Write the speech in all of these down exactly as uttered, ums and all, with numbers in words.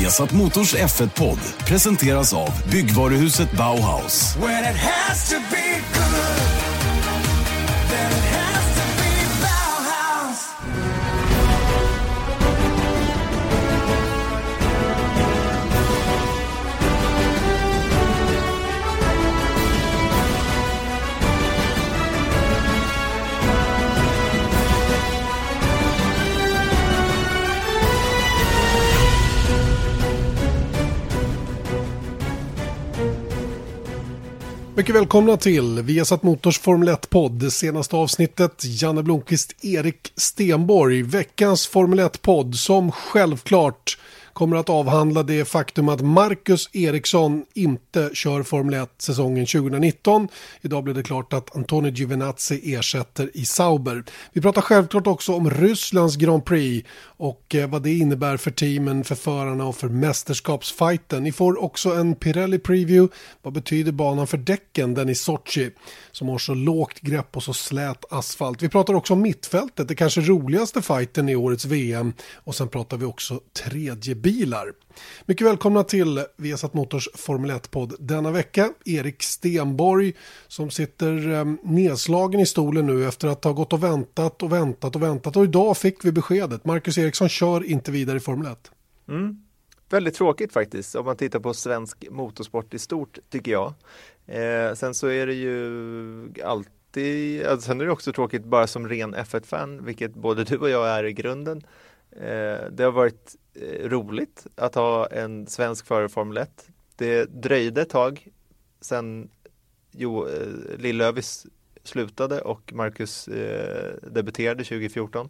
Viasat Motors F ett-podd presenteras av Byggvaruhuset Bauhaus. When it has to be good, then it has to be Bauhaus. Mycket välkomna till Viasat Motors Formel ett-podd. Det senaste avsnittet, Janne Blomqvist, Erik Stenborg. Veckans Formel ett-podd som självklart kommer att avhandla det faktum att Marcus Ericsson inte kör Formel ett säsongen tjugonitton. Idag blev det klart att Antonio Giovinazzi ersätter i Sauber. Vi pratar självklart också om Rysslands Grand Prix och vad det innebär för teamen, för förarna och för mästerskapsfighten. Ni får också en Pirelli-preview. Vad betyder banan för däcken, den i Sochi, som har så lågt grepp och så slät asfalt. Vi pratar också om mittfältet, det kanske roligaste fighten i årets V M. Och sen pratar vi också tredje bilar. Mycket välkomna till Viasat Motors Formel ett-podd denna vecka. Erik Stenborg som sitter eh, nedslagen i stolen nu efter att ha gått och väntat och väntat och väntat. Och idag fick vi beskedet. Marcus Ericsson kör inte vidare i Formel ett. Mm. Väldigt tråkigt faktiskt om man tittar på svensk motorsport i stort, tycker jag. Eh, sen så är det ju alltid, alltså, sen är det också tråkigt bara som ren F ett-fan, vilket både du och jag är i grunden. Eh, det har varit eh, roligt att ha en svensk förare i Formel ett. Det dröjde ett tag sen jo, eh, Lillövis slutade och Marcus eh, debuterade tjugohundrafjorton.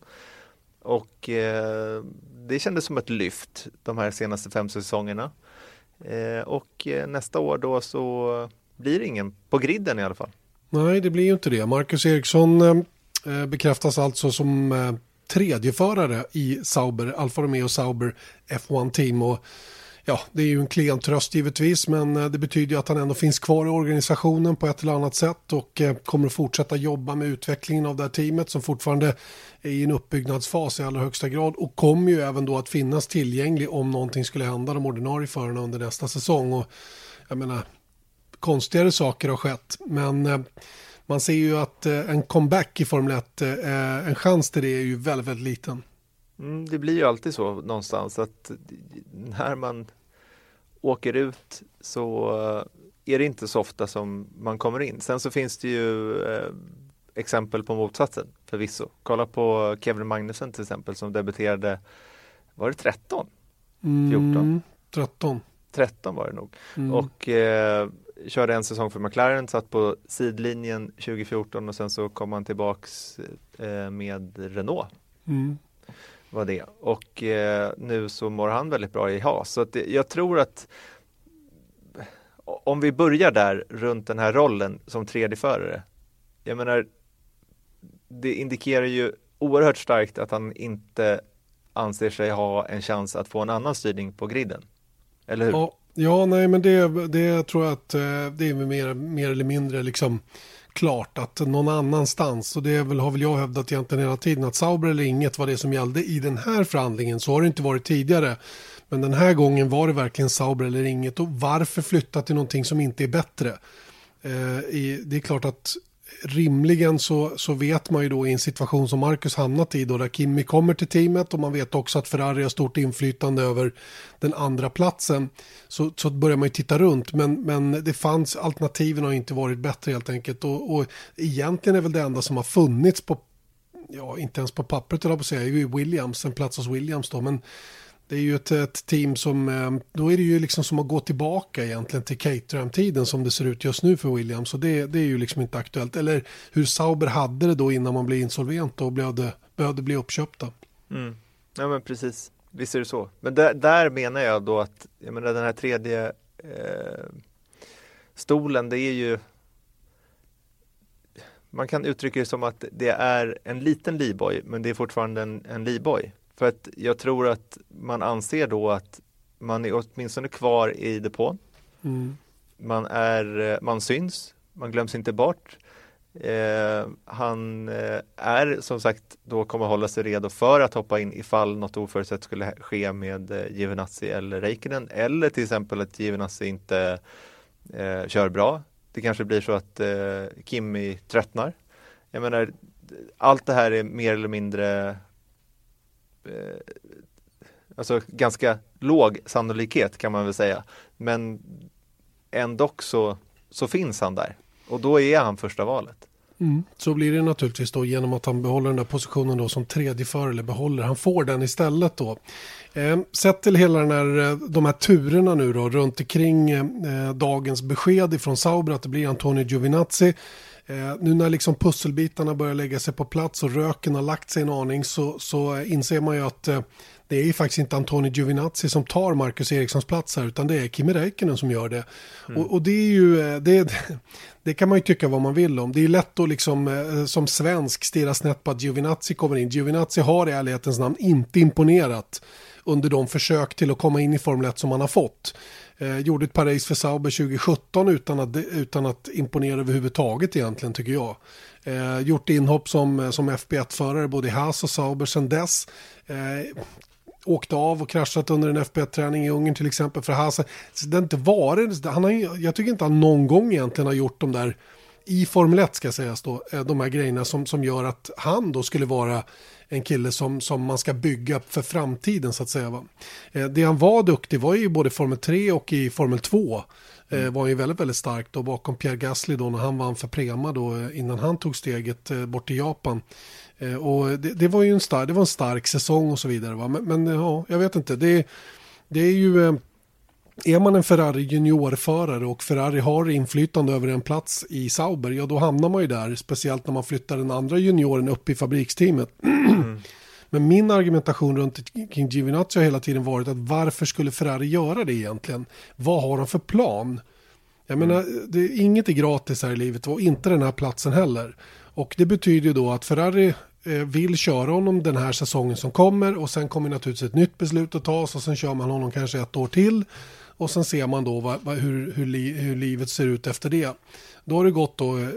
Och eh, det kändes som ett lyft de här senaste fem säsongerna. Eh, och eh, nästa år då så blir det ingen på griden i alla fall. Nej, det blir ju inte det. Marcus Ericsson eh, bekräftas alltså som eh, tredje förare i Sauber, Alfa Romeo Sauber F ett-team. Och ja, det är ju en klen tröst givetvis, men det betyder ju att han ändå finns kvar i organisationen på ett eller annat sätt och eh, kommer att fortsätta jobba med utvecklingen av det här teamet som fortfarande är i en uppbyggnadsfas i allra högsta grad och kommer ju även då att finnas tillgänglig om någonting skulle hända de ordinarie förarna under nästa säsong. Och jag menar, konstigare saker har skett, men eh, man ser ju att eh, en comeback i Formel ett, eh, en chans till det är ju väldigt, väldigt liten. Mm, det blir ju alltid så någonstans att när man åker ut så är det inte så ofta som man kommer in. Sen så finns det ju eh, exempel på motsatsen förvisso. Kolla på Kevin Magnussen till exempel som debuterade, var det tretton? fjorton? Mm, tretton. tretton var det nog. Mm. Och eh, körde en säsong för McLaren, satt på sidlinjen tjugohundrafjorton och sen så kom han tillbaks eh, med Renault. Mm. Var det. Och eh, nu så mår han väldigt bra i Haas. Så att det, jag tror att om vi börjar där runt den här rollen som tredje förare. Jag menar, det indikerar ju oerhört starkt att han inte anser sig ha en chans att få en annan styrning på griden. Eller hur? Ja, ja nej men det, det tror jag att det är mer, mer eller mindre liksom klart att någon annanstans, och det är väl, har väl jag hävdat egentligen hela tiden, att Sauber eller inget var det som gällde i den här förhandlingen. Så har det inte varit tidigare, men den här gången var det verkligen Sauber eller inget. Och varför flytta till någonting som inte är bättre? Eh, i, det är klart att rimligen så, så vet man ju då i en situation som Marcus hamnat i då, där Kimi kommer till teamet och man vet också att Ferrari har stort inflytande över den andra platsen, så, så börjar man ju titta runt, men, men det fanns, alternativen har inte varit bättre helt enkelt, och, och egentligen är väl det enda som har funnits på, ja inte ens på pappret eller på att säga, är ju Williams, en plats hos Williams då, men det är ju ett, ett team som, då är det ju liksom som att gå tillbaka egentligen till Caterham-tiden som det ser ut just nu för Williams, så det, det är ju liksom inte aktuellt. Eller hur Sauber hade det då innan man blev insolvent och behövde, behövde bli uppköpta. Mm. Ja men precis, visst är det så. Men där, där menar jag då att jag menar, den här tredje eh, stolen, det är ju, man kan uttrycka det som att det är en liten livboj, men det är fortfarande en, en livboj. För att jag tror att man anser då att man är åtminstone kvar i depån. Mm. Man, är, man syns, man glöms inte bort. Eh, han eh, är som sagt då kommer hålla sig redo för att hoppa in ifall något oförutsett skulle ske med eh, Giovinazzi eller Räikkönen, eller till exempel att Giovinazzi inte eh, kör bra. Det kanske blir så att eh, Kimi tröttnar. Jag menar, allt det här är mer eller mindre eh, alltså ganska låg sannolikhet kan man väl säga. Men ändå så, så finns han där. Och då är han första valet. Mm. Så blir det naturligtvis då genom att han behåller den där positionen då som tredje för eller behåller. Han får den istället då. Eh, sett till hela den här, de här turerna nu då runt omkring eh, dagens besked ifrån Sauber att det blir Antonio Giovinazzi. Eh, nu när liksom pusselbitarna börjar lägga sig på plats och röken har lagt sig en aning så, så inser man ju att eh, det är ju faktiskt inte Antonio Giovinazzi som tar Marcus Erikssons plats här utan det är Kimi Räikkönen som gör det. Mm. Och, och det är ju, det, det kan man ju tycka vad man vill om. Det är lätt att liksom som svensk stirra snett på att Giovinazzi kommer in. Giovinazzi har i ärlighetens namn inte imponerat under de försök till att komma in i Formel ett som han har fått. Eh, gjorde ett par race för Sauber tjugo sjutton utan att, utan att imponera överhuvudtaget egentligen tycker jag. Eh, gjort inhopp som, som F P ett-förare både i Haas och Sauber sedan dess. Eh, åkte av och kraschat under en F P ett-träning i Ungern till exempel för Haas. Så det har inte varit, han har, jag tycker inte han någon gång egentligen har gjort de där i Formel ett ska sägas då, de här grejerna som, som gör att han då skulle vara en kille som, som man ska bygga för framtiden så att säga. Va? Det han var duktig var ju både Formel tre och i Formel två. Mm. Var ju väldigt, väldigt starkt då bakom Pierre Gasly då när han vann för Prema då innan han tog steget bort till Japan. Och det, det var ju en stark, det var en stark säsong och så vidare. Va? Men, men ja, jag vet inte. Det, det är ju... Är man en Ferrari juniorförare och Ferrari har inflytande över en plats i Sauber, ja då hamnar man ju där, speciellt när man flyttar den andra junioren upp i fabriksteamet. Mm. Men min argumentation runt kring Giovinazzi har hela tiden varit att varför skulle Ferrari göra det egentligen? Vad har de för plan? Jag menar, mm. det, inget är gratis här i livet och inte den här platsen heller. Och det betyder ju då att Ferrari vill köra honom den här säsongen som kommer och sen kommer naturligtvis ett nytt beslut att tas och sen kör man honom kanske ett år till och sen ser man då vad, vad, hur, hur, li, hur livet ser ut efter det. Då har det gått då eh,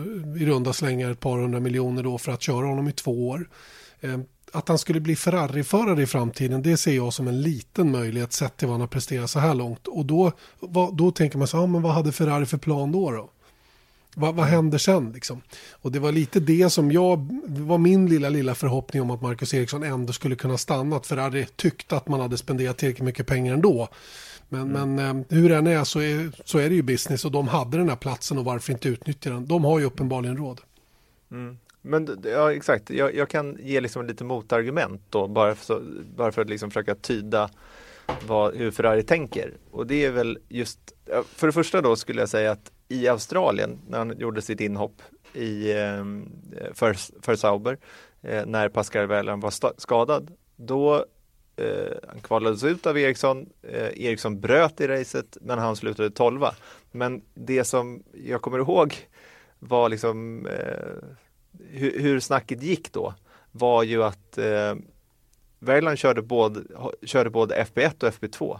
i runda slängar ett par hundra miljoner då för att köra honom i två år. Eh, att han skulle bli Ferrari-förare i framtiden, det ser jag som en liten möjlighet sett till vad han har presterat så här långt. Och då, vad, då tänker man så, ja, men vad hade Ferrari för plan då då? Vad, vad händer sen liksom? Och det var lite det som jag, det var min lilla lilla förhoppning om att Marcus Ericsson ändå skulle kunna stanna. Att Ferrari tyckte att man hade spenderat tillräckligt mycket pengar ändå. Men, mm. men hur den är så, är så är det ju business och de hade den här platsen och varför inte utnyttja den? De har ju uppenbarligen råd. Mm. Men ja, exakt, jag, jag kan ge liksom lite motargument då bara för, bara för att liksom försöka tyda vad, hur Ferrari tänker. Och det är väl just, för det första då skulle jag säga att i Australien när han gjorde sitt inhopp i, för, för Sauber när Pascal Wehrlein var sta- skadad, då eh, han kvalades ut av Ericsson. Eh, Ericsson bröt i racet men han slutade tolva. Men det som jag kommer ihåg var liksom eh, hur, hur snacket gick då var ju att eh, Wehrlein körde både, körde både F P ett och F P två.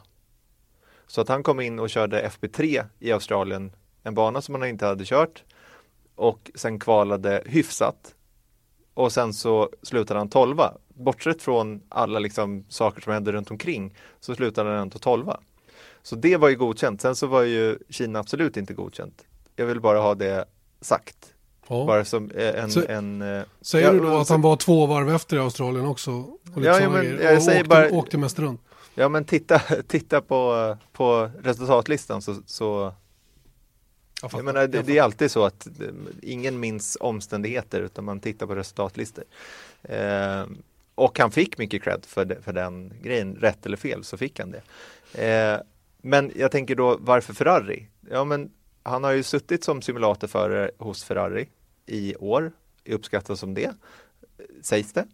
Så att han kom in och körde F P tre i Australien, en bana som han inte hade kört, och sen kvalade hyfsat och sen så slutade han tolva. Bortsett från alla liksom saker som hände runt omkring så slutade han ändå tolva. Så det var ju godkänt. Sen så var ju Kina absolut inte godkänt. Jag vill bara ha det sagt. Ja. Bara som en... Så, en säger ja, du då att så, han var två varv efter i Australien också? Och ja, ja, men jag och säger åkte, bara, åkte mest runt. Ja, men titta, titta på, på resultatlistan så... så jag, jag menar, det, det är alltid så att ingen minns omständigheter utan man tittar på resultatlistor. Eh, och han fick mycket cred för, det, för den grejen, rätt eller fel så fick han det. Eh, men jag tänker då, varför Ferrari? Ja, men han har ju suttit som simulatorförare hos Ferrari i år, uppskattas som det, sägs det.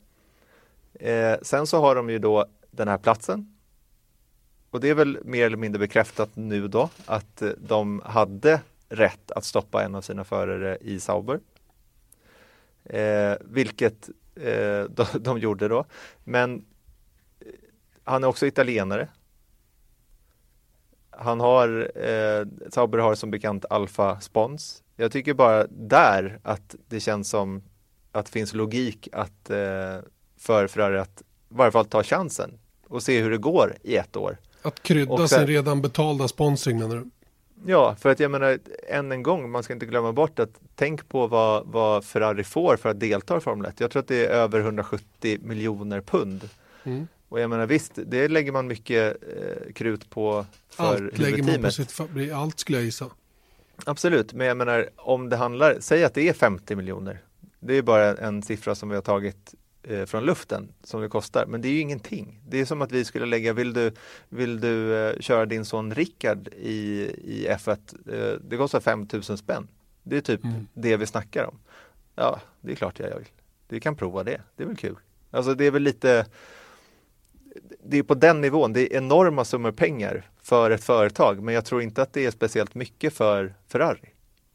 Eh, sen så har de ju då den här platsen. Och det är väl mer eller mindre bekräftat nu då att de hade rätt att stoppa en av sina förare i Sauber. Eh, vilket eh, de, de gjorde då. Men han är också italienare. Han har, eh, Sauber har som bekant Alfa Spons Jag tycker bara där att det känns som att det finns logik att eh, för Ferrari att i varje fall ta chansen och se hur det går i ett år. Att krydda Och sen- sin redan betalda sponsring, menar du? Ja, för att jag menar, än en gång, man ska inte glömma bort att tänk på vad, vad Ferrari får för att delta i Formel ett. Jag tror att det är över hundrasjuttio miljoner pund. Mm. Och jag menar visst, det lägger man mycket eh, krut på för Allt lägger man på huvudteamet. sitt fabrik, allt skulle jag gissa. Absolut, men jag menar om det handlar, säg att det är femtio miljoner. Det är bara en siffra som vi har tagit eh, från luften som det kostar, men det är ju ingenting. Det är som att vi skulle lägga, vill du, vill du eh, köra din son Rickard i, i F ett, eh, det kostar fem tusen spänn. Det är typ Mm. det vi snackar om. Ja, det är klart jag vill. Du kan prova det, det är väl kul. Alltså det är väl lite, det är på den nivån, det är enorma summor pengar för ett företag, men jag tror inte att det är speciellt mycket för Ferrari.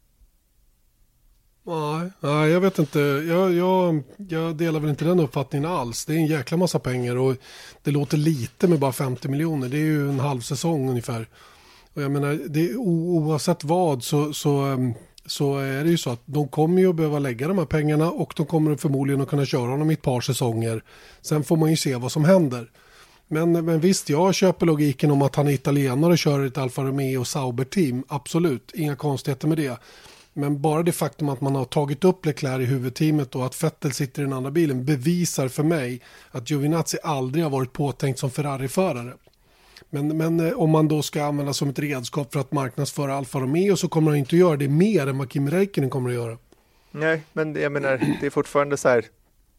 Nej, nej, jag vet inte. Jag, jag, jag delar väl inte den uppfattningen alls. Det är en jäkla massa pengar och det låter lite med bara femtio miljoner. Det är ju en halv säsong ungefär. Och jag menar, det, o, oavsett vad så, så, ehm, så är det ju så att de kommer ju att behöva lägga de här pengarna och de kommer förmodligen att kunna köra dem i ett par säsonger. Sen får man ju se vad som händer. Men, men visst, jag köper logiken om att han är italienare och kör ett Alfa Romeo Sauber-team. Absolut, inga konstigheter med det. Men bara det faktum att man har tagit upp Leclerc i huvudteamet och att Vettel sitter i den andra bilen bevisar för mig att Giovinazzi aldrig har varit påtänkt som Ferrari-förare. Men, men eh, om man då ska använda som ett redskap för att marknadsföra Alfa Romeo så kommer han inte att göra det mer än vad Kimi Räikkönen kommer att göra. Nej, men jag menar, det är fortfarande så här,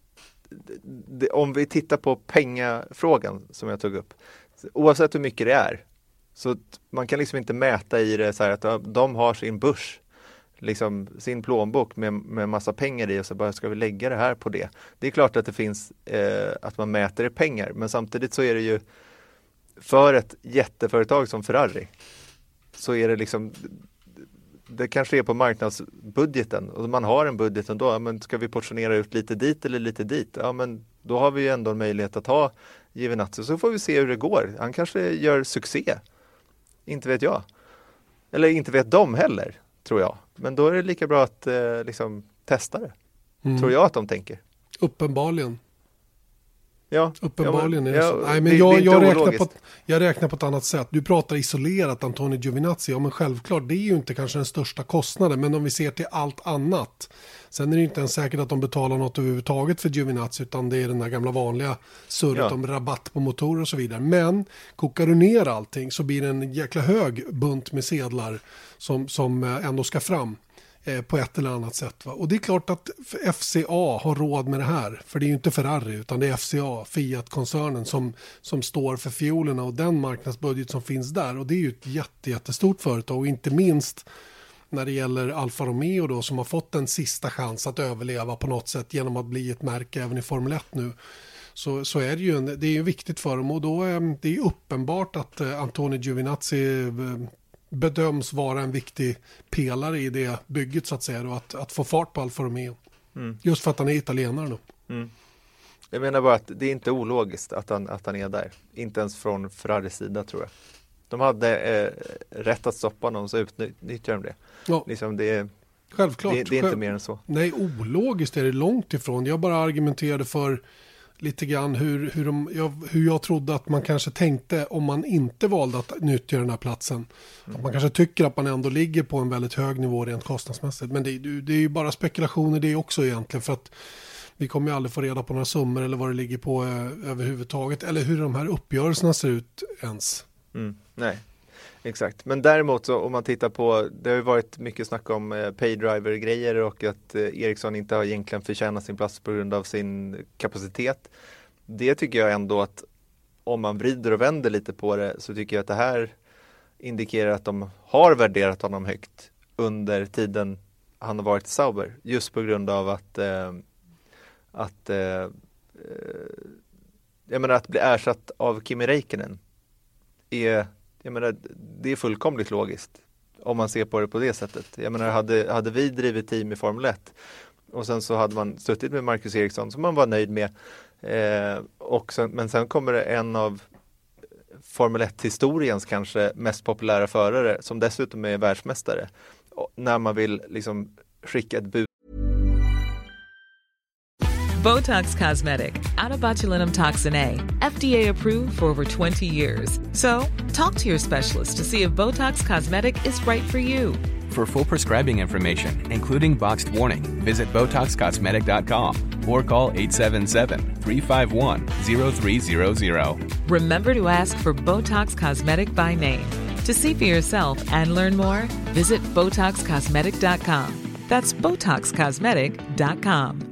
det, om vi tittar på pengafrågan som jag tog upp, oavsett hur mycket det är, så att man kan liksom inte mäta i det så här att de har sin börs, liksom sin plånbok med, med massa pengar i och så bara ska vi lägga det här på det. Det är klart att det finns, eh, att man mäter i pengar, men samtidigt så är det ju för ett jätteföretag som Ferrari så är det liksom, det kanske är på marknadsbudgeten och man har en budget ändå, ja, men ska vi portionera ut lite dit eller lite dit? Ja, men då har vi ju ändå en möjlighet att ha Giovinazzi, så får vi se hur det går. Han kanske gör succé. Inte vet jag. Eller inte vet de heller, tror jag. Men då är det lika bra att eh, liksom testa det. Mm. Tror jag att de tänker. Uppenbarligen. Ja, Uppenbarligen ja, är det så. ja, Nej, men det- det är jag, inte jag, räknar ologiskt. på, ett- jag räknar på ett annat sätt. Du pratar isolerat Antonio Giovinazzi. Ja, men självklart, det är ju inte kanske den största kostnaden. Men om vi ser till allt annat. Sen är det inte ens säkert att de betalar något överhuvudtaget för Giovinazzi. Utan det är den där gamla vanliga surret Ja. om rabatt på motorer och så vidare. Men kokar du ner allting så blir det en jäkla hög bunt med sedlar som, som eh, ändå ska fram. eh, På ett eller annat sätt. Va? Och det är klart att F C A har råd med det här. För det är ju inte Ferrari utan det är F C A, Fiat-koncernen som, som står för fiolerna och den marknadsbudget som finns där. Och det är ju ett jätte, jättestort företag. Och inte minst när det gäller Alfa Romeo då, som har fått en sista chans att överleva på något sätt genom att bli ett märke även i Formel ett nu. Så, så är det ju en, det är ju viktigt för dem och då är det är ju uppenbart att eh, Antonio Giovinazzi eh, bedöms vara en viktig pelare i det bygget så att säga då, att, att få fart på Alfa Romeo. Mm. Just för att han är italienare då. Mm. Jag menar bara att det är inte ologiskt att han, att han är där. Inte ens från Ferraris sida tror jag. De hade eh, rätt att stoppa honom så utnyttjar de det. Ja, Liksom det, är, självklart. det, det är inte Själv- mer än så. Nej, ologiskt är det långt ifrån. Jag bara argumenterade för lite grann hur, hur, de, jag, hur jag trodde att man kanske tänkte om man inte valde att nyttja den här platsen. Mm. Att man kanske tycker att man ändå ligger på en väldigt hög nivå rent kostnadsmässigt. Men det, det är ju bara spekulationer det också egentligen för att vi kommer ju aldrig få reda på några summor eller vad det ligger på eh, överhuvudtaget. Eller hur de här uppgörelserna ser ut ens. Mm. Nej, exakt. Men däremot så om man tittar på, det har ju varit mycket snack om eh, paydriver-grejer och att eh, Ericsson inte har egentligen förtjänat sin plats på grund av sin kapacitet. Det tycker jag ändå att om man vrider och vänder lite på det så tycker jag att det här indikerar att de har värderat honom högt under tiden han har varit Sauber. Just på grund av att eh, att eh, jag menar att bli ersatt av Kimi Räikkönen är, jag menar, det är fullkomligt logiskt om man ser på det på det sättet. Jag menar, hade, hade vi drivit team i Formel ett och sen så hade man suttit med Marcus Ericsson som man var nöjd med eh, och sen, men sen kommer det en av Formel ett-historiens kanske mest populära förare som dessutom är världsmästare. Och när man vill liksom skicka ett bud. Botox Cosmetic, out of botulinum toxin A, F D A approved for over twenty years. So, talk to your specialist to see if Botox Cosmetic is right for you. For full prescribing information, including boxed warning, visit Botox Cosmetic dot com or call eight seven seven, three five one, zero three zero zero. Remember to ask for Botox Cosmetic by name. To see for yourself and learn more, visit Botox Cosmetic dot com. That's Botox Cosmetic dot com.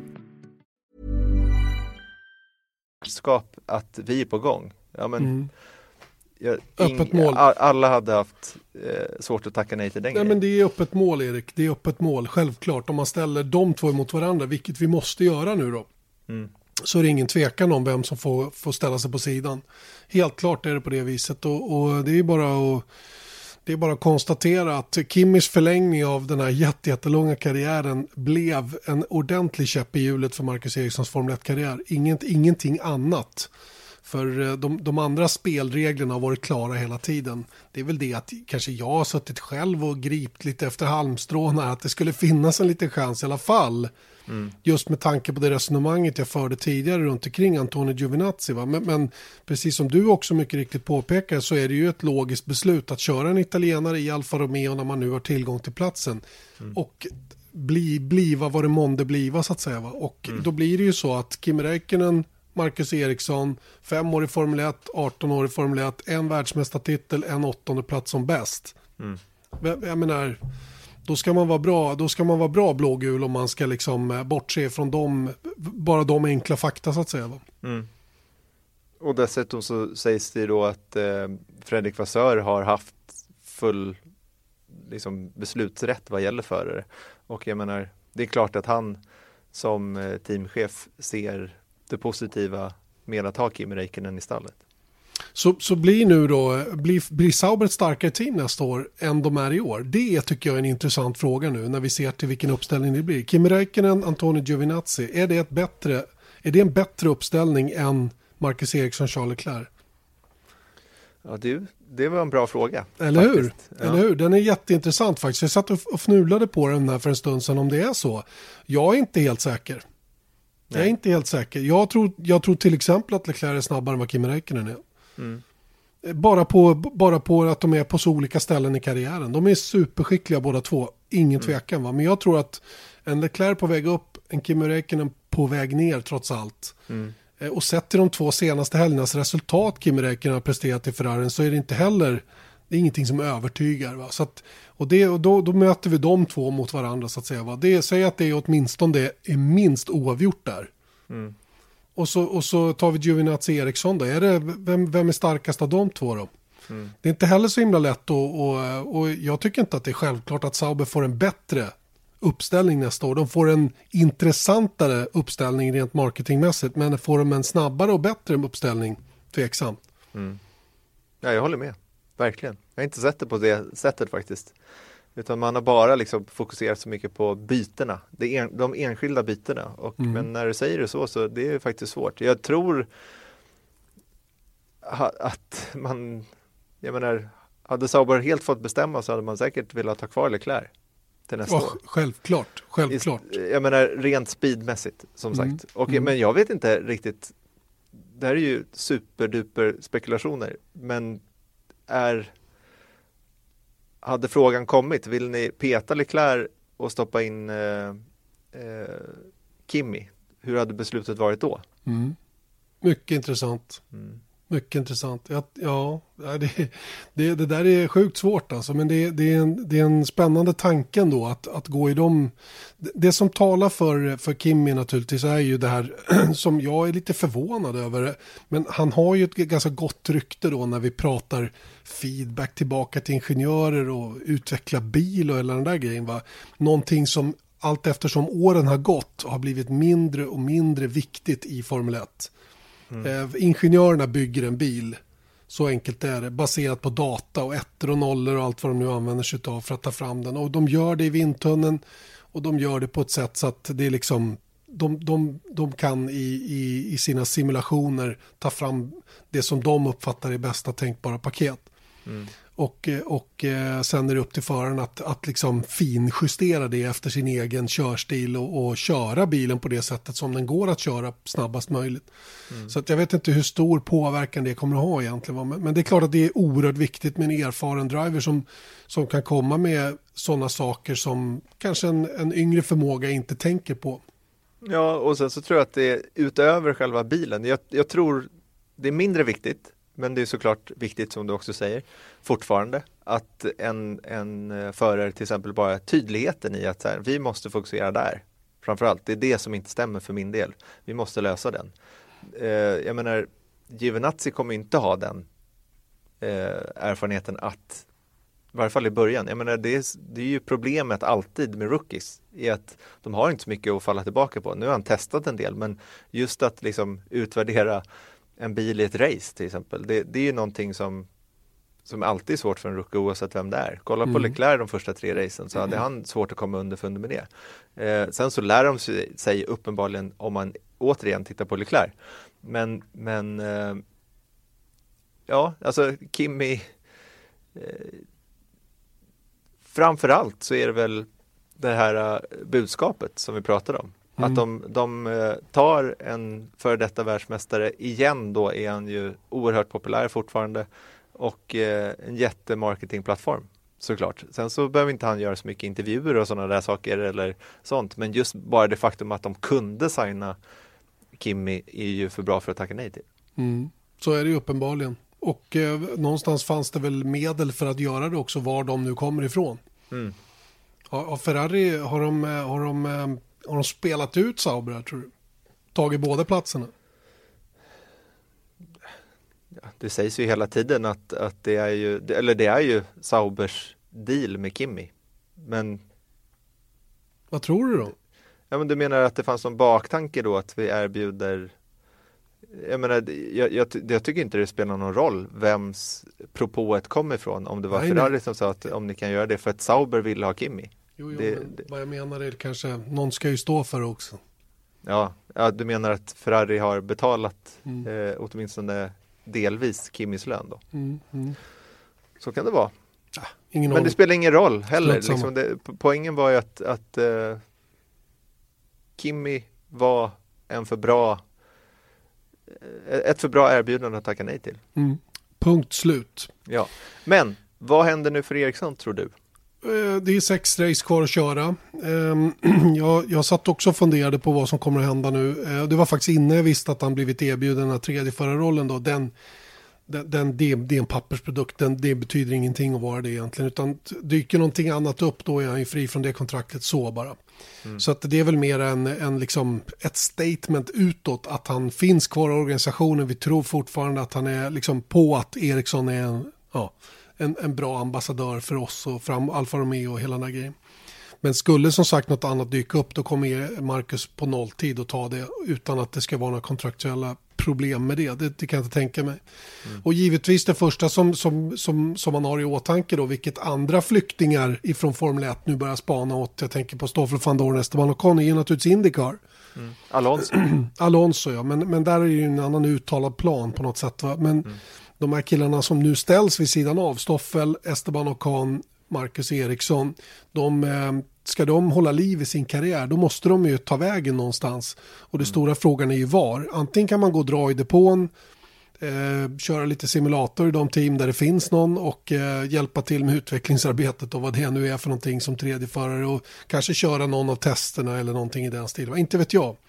Skap att vi är på gång. Ja, men Mm. jag, Öppet ing, mål. all, alla hade haft eh, svårt att tacka nej till den Nej, grejen. men det är öppet mål, Erik. Det är öppet mål, självklart. Om man ställer de två mot varandra, vilket vi måste göra nu då, Mm. så är det ingen tvekan om vem som får, får ställa sig på sidan. Helt klart är det på det viset. Och, och det är bara att Det är bara att konstatera att Kimmis förlängning av den här jätte, jättelånga karriären blev en ordentlig käpp i hjulet för Marcus Erikssons Formel ett-karriär. Inget, ingenting annat. För de, de andra spelreglerna har varit klara hela tiden. Det är väl det att kanske jag har suttit själv och gript lite efter halmstråna, att det skulle finnas en liten chans i alla fall. Mm. Just med tanke på det resonemanget jag förde tidigare runt omkring Antonio Giovinazzi. Va? Men, men precis som du också mycket riktigt påpekar, så är det ju ett logiskt beslut att köra en italienare i Alfa Romeo när man nu har tillgång till platsen. Mm. Och bli, bliva vad det månde bliva, så att säga. Va? Och mm. då blir det ju så att Kimi Räikkönen, Marcus Eriksson, fem år i Formel ett, arton år i Formel ett, en världsmästartitel, en åttonde plats som bäst. Mm. Jag, jag menar... Då ska man vara bra, då ska man vara bra blågul om man ska liksom bortse från dem, bara de enkla fakta, så att säga. Mm. Och dessutom så sägs det då att eh, Fredrik Vassör har haft full liksom, beslutsrätt vad gäller förare. Och jag menar, det är klart att han som eh, teamchef ser det positiva med att ha Kimi Räikkönen i stallet. Så, så blir nu då, blir, blir Sauber ett starkare team nästa år än de är i år? Det tycker jag är en intressant fråga nu när vi ser till vilken uppställning det blir. Kimi Räikkönen, Antonio Giovinazzi, är det, ett bättre, är det en bättre uppställning än Marcus Eriksson, Charles Leclerc? Ja, det, det var en bra fråga. Eller hur? Faktiskt. Ja. Eller hur? Den är jätteintressant faktiskt. Jag satt och fnulade på den här för en stund sedan om det är så. Jag är inte helt säker. Jag är Nej. inte helt säker. Jag tror, jag tror till exempel att Leclerc är snabbare än vad Kimi Räikkönen är. Mm. Bara, på, bara på att de är på så olika ställen i karriären. De är superskickliga båda två. Ingen tvekan, va? Men jag tror att en Leclerc på väg upp, en Kimi Räikkönen på väg ner trots allt. Mm. Och sett till de två senaste helgernas resultat Kimi Räikkönen har presterat i Ferrarin, så är det inte heller, det är ingenting som övertygar. Va? Så att, och det, och då, då möter vi de två mot varandra, så att säga. Va? Det, säg att det är åtminstone det är minst oavgjort där. Mm. Och så, och så tar vi Giovinazzi Eriksson då. Är det, vem, vem är starkast av de två då? Mm. Det är inte heller så himla lätt och, och, och jag tycker inte att det är självklart att Sauber får en bättre uppställning nästa år. De får en intressantare uppställning rent marketingmässigt, men får de en snabbare och bättre uppställning, tveksamt. Mm. Ja, jag håller med. Verkligen. Jag har inte sett det på det sättet faktiskt. Utan man har bara liksom fokuserat så mycket på bytena. Det en, de enskilda bytena. Och, mm. Men när du säger det så, så det är faktiskt svårt. Jag tror ha, att man, jag menar, hade Sauber helt fått bestämma så hade man säkert velat ha kvar Leclerc till nästa oh, år. Självklart, självklart. Jag menar, rent speedmässigt, som mm. sagt. Och, mm. Men jag vet inte riktigt, det här är ju superduper spekulationer. Men är... Hade frågan kommit, vill ni peta Leclerc och stoppa in eh, eh, Kimi? Hur hade beslutet varit då? Mm. Mycket intressant. Mm. Mycket intressant. Ja, ja det, det, det där är sjukt svårt alltså, men det, det, är en, det är en spännande tanke då att, att gå i dem. Det som talar för, för Kimi naturligtvis är ju det här som jag är lite förvånad över, men han har ju ett ganska gott rykte då när vi pratar feedback tillbaka till ingenjörer och utveckla bil och hela den där grejen, va? Någonting som allt eftersom åren har gått har blivit mindre och mindre viktigt i Formel ett. Mm. Eh, ingenjörerna bygger en bil, så enkelt är det, baserat på data och ettor och nollor och allt vad de nu använder sig av för att ta fram den, och de gör det i vindtunneln och de gör det på ett sätt så att det är liksom de, de, de kan i, i, i sina simulationer ta fram det som de uppfattar är bästa tänkbara paket. Mm. Och, och sen är det upp till föraren att, att liksom finjustera det efter sin egen körstil och, och köra bilen på det sättet som den går att köra snabbast möjligt. Mm. Så att jag vet inte hur stor påverkan det kommer att ha egentligen. Men, men det är klart att det är oerhört viktigt med en erfaren driver som, som kan komma med sådana saker som kanske en, en yngre förmåga inte tänker på. Ja, och sen så tror jag att det är utöver själva bilen. Jag, jag tror det är mindre viktigt. Men det är såklart viktigt, som du också säger, fortfarande att en, en förare till exempel bara tydligheten i att så här, vi måste fokusera där. Framförallt, det är det som inte stämmer för min del. Vi måste lösa den. Eh, jag menar, Giovinazzi kommer inte ha den eh, erfarenheten att, i varje fall i början, jag menar, det är, det är ju problemet alltid med rookies, i att de har inte så mycket att falla tillbaka på. Nu har han testat en del, men just att liksom utvärdera en bil i ett race till exempel. Det, det är ju någonting som, som alltid är svårt för en rookie oavsett vem det är. Kolla på mm. Leclerc de första tre racen så hade mm. han svårt att komma underfund med det. Eh, sen så lär de sig, sig uppenbarligen om man återigen tittar på Leclerc. Men, men eh, ja, alltså Kimi eh, framförallt så är det väl det här uh, budskapet som vi pratade om. Mm. Att de, de tar en före detta världsmästare igen, då är han ju oerhört populär fortfarande och eh, en jättemarketingplattform såklart. Sen så behöver inte han göra så mycket intervjuer och sådana där saker eller sånt, men just bara det faktum att de kunde signa Kimi är ju för bra för att tacka nej till. Mm. Så är det ju uppenbarligen. Och eh, någonstans fanns det väl medel för att göra det också, var de nu kommer ifrån. Mm. Har, har Ferrari, har de, har de Har de spelat ut Sauber, tror du? Tagit båda platserna? Ja, det sägs ju hela tiden att, att det är ju, eller det är ju Saubers deal med Kimi. Men vad tror du då? Ja, men du menar att det fanns någon baktanke då att vi erbjuder, jag menar, jag, jag, jag tycker inte det spelar någon roll vems propået kom ifrån, om det var nej, Ferrari nej. som sa att om ni kan göra det för att Sauber vill ha Kimi. Jo, jo det, men det. vad jag menar är kanske, någon ska ju stå för det också. Ja, ja, du menar att Ferrari har betalat mm. eh, åtminstone delvis Kimis lön då. Mm, mm. Så kan det vara. Ja, ingen men det spelar ingen roll heller. Liksom det, poängen var ju att, att eh, Kimi var en för bra ett för bra erbjudande att tacka nej till. Mm. Punkt slut. Ja, men vad händer nu för Eriksson, tror du? Det är sex race kvar att köra. Jag, jag satt också och funderade på vad som kommer att hända nu. Det var faktiskt innan jag visste att han blivit erbjuden den här tredje förarrollen då. Den, den, den, det, det är en pappersprodukt. Den, det betyder ingenting att vara det egentligen. Utan dyker någonting annat upp, då är han ju fri från det kontraktet så bara. Mm. Så att det är väl mer en, en liksom ett statement utåt att han finns kvar i organisationen. Vi tror fortfarande att han är liksom på att Eriksson är en, ja, en, en bra ambassadör för oss och fram Alfa Romeo och hela den här grejen. Men skulle som sagt något annat dyka upp, då kommer Marcus på nolltid och ta det utan att det ska vara några kontraktuella problem med det. Det, det kan jag inte tänka mig. Mm. Och givetvis det första som, som, som, som man har i åtanke då, vilket andra flyktingar ifrån Formel ett nu börjar spana åt, jag tänker på Stoffel van Dorn, Esteban Ocon, är ju naturligtvis IndyCar. Mm. Alonso. Alonso, ja. Men, men där är ju en annan uttalad plan på något sätt. Va? Men mm. de här killarna som nu ställs vid sidan av, Stoffel, Esteban Ocon, Marcus Eriksson, de, eh, ska de hålla liv i sin karriär, då måste de ju ta vägen någonstans. Och det mm. stora frågan är ju var. Antingen kan man gå och dra i depån, eh, köra lite simulator i de team där det finns någon och eh, hjälpa till med utvecklingsarbetet och vad det nu är för någonting som tredje förare och kanske köra någon av testerna eller någonting i den stilen. Inte vet jag.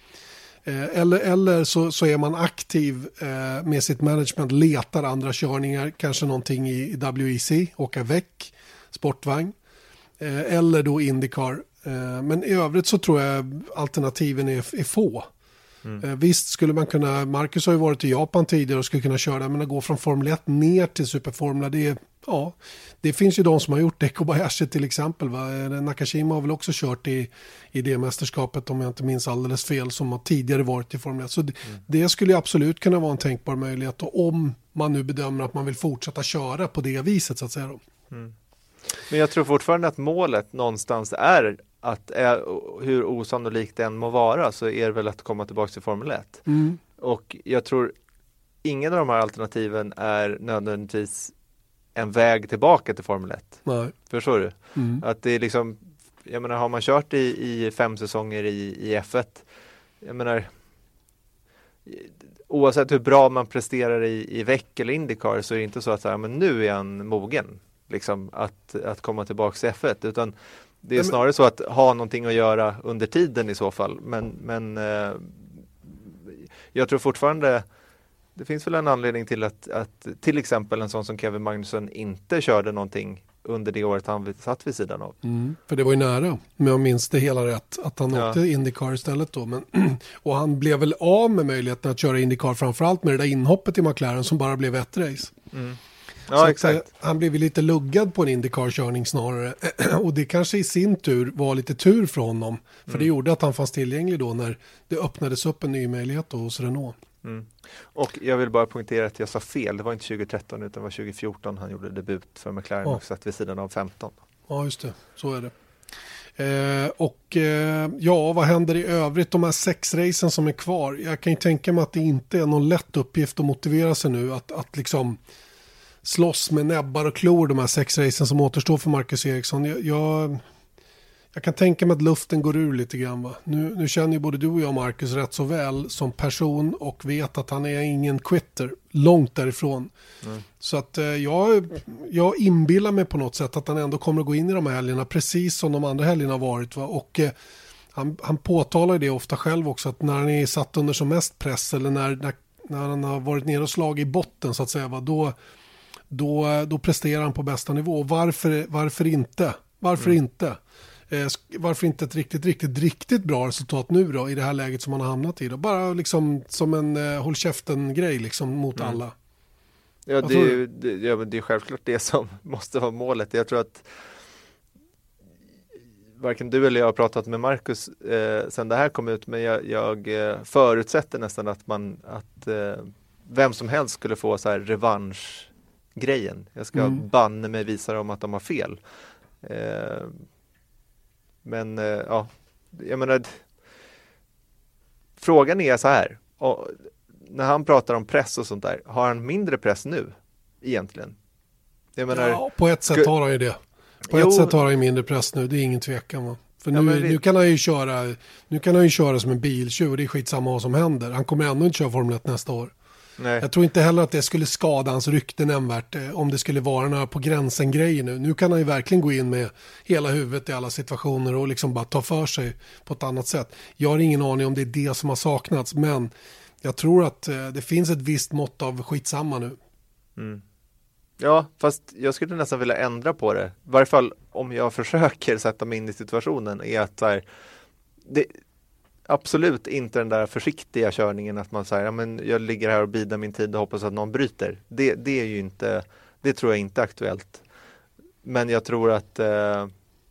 Eller, eller så, så är man aktiv eh, med sitt management, letar andra körningar, kanske någonting i, i W E C, åka väck, sportvagn, eh, eller då IndyCar. Eh, men i övrigt så tror jag alternativen är, är få. Mm. Eh, visst skulle man kunna, Marcus har ju varit i Japan tidigare och skulle kunna köra, men att gå från Formel ett ner till Superformula, det är, ja, det finns ju de som har gjort det, Kobayashi till exempel, va? Nakashima har väl också kört i, i det mästerskapet, om jag inte minns alldeles fel, som har tidigare varit i Formel ett. Så det, mm. det skulle absolut kunna vara en tänkbar möjlighet, och om man nu bedömer att man vill fortsätta köra på det viset så att säga då. Mm. Men jag tror fortfarande att målet någonstans är att, är, hur osannolikt det än må vara, så är det väl att komma tillbaka till Formel ett. Mm. Och jag tror ingen av de här alternativen är nödvändigtvis en väg tillbaka till Formel ett. Nej. Förstår du? Mm. Att det är liksom, jag menar, har man kört i, i fem säsonger i, i F ett, jag menar, oavsett hur bra man presterar i, i veck eller IndyCar, så är det inte så att så här, men nu är han mogen liksom, att, att komma tillbaka till F ett, utan det är snarare så att ha någonting att göra under tiden i så fall. Men, men eh, jag tror fortfarande det finns väl en anledning till att, att till exempel en sån som Kevin Magnussen inte körde någonting under det året han satt vid sidan av. Mm, för det var ju nära, men jag minns det hela rätt, att han Ja. åkte IndyCar istället då. Men, och han blev väl av med möjligheten att köra IndyCar, framförallt med det där inhoppet i McLaren som bara blev ett race. Mm. Så Ja, att, exakt. eh, han blev lite luggad på en IndyCar-körning snarare. Och det kanske i sin tur var lite tur för honom. För Mm. det gjorde att han fanns tillgänglig då när det öppnades upp en ny möjlighet då hos Renault. Mm. Och jag vill bara poängtera att jag sa fel. Det var inte tjugo tretton utan det var tjugo fjorton han gjorde debut för McLaren Ja. och satt vid sidan av femton. Ja, just det. Så är det. Eh, och eh, ja, vad händer i övrigt? De här sex racen som är kvar. Jag kan ju tänka mig att det inte är någon lätt uppgift att motivera sig nu. Att, att liksom slåss med näbbar och klor de här sex racen som återstår för Marcus Ericsson. Jag, jag, jag kan tänka mig att luften går ur lite grann. Va? Nu, nu känner ju både du och jag Marcus rätt så väl som person och vet att han är ingen quitter. Långt därifrån. Mm. Så att eh, jag, jag inbillar mig på något sätt att han ändå kommer att gå in i de här helgerna precis som de andra helgerna har varit. Va? Och eh, han, han påtalar det ofta själv också, att när han är satt under som mest press eller när, när, när han har varit nere och slag i botten så att säga, va? Då, då, då presterar han på bästa nivå. Varför, varför inte? Varför Mm. inte? Eh, varför inte ett riktigt, riktigt, riktigt bra resultat nu då i det här läget som han har hamnat i då? Bara liksom som en eh, håll käften-grej liksom mot Mm. alla. Ja, Vad det, tror är ju- det, ja, men det är självklart det som måste vara målet. Jag tror att varken du eller jag har pratat med Marcus eh, sen det här kom ut, men jag, jag eh, förutsätter nästan att man att eh, vem som helst skulle få så här revansch-grejen. Jag ska Mm. banne mig visa dem att de har fel. Eh, men eh, ja, jag menar, frågan är så här. Och, när han pratar om press och sånt där, har han mindre press nu egentligen? Jag menar, Ja, på ett sätt sku- har han ju det. På Jo. ett sätt har han ju mindre press nu, det är ingen tvekan. Va? För Ja, nu, men vi- nu kan han ju köra nu kan han ju köra som en biltjuv och det är skitsamma vad som händer. Han kommer ändå inte köra Formel ett nästa år. nej. Jag tror inte heller att det skulle skada hans rykte nämnvärt eh, om det skulle vara några på gränsen grejer nu. Nu kan han ju verkligen gå in med hela huvudet i alla situationer och liksom bara ta för sig på ett annat sätt. Jag har ingen aning om det är det som har saknats, men jag tror att eh, det finns ett visst mått av skitsamma nu. Mm. Ja, fast jag skulle nästan vilja ändra på det. I varje fall om jag försöker sätta mig in i situationen är att så här, det absolut inte den där försiktiga körningen att man säger, ja men jag ligger här och bidar min tid och hoppas att någon bryter. Det, det är ju inte, det tror jag inte är aktuellt. Men jag tror att eh,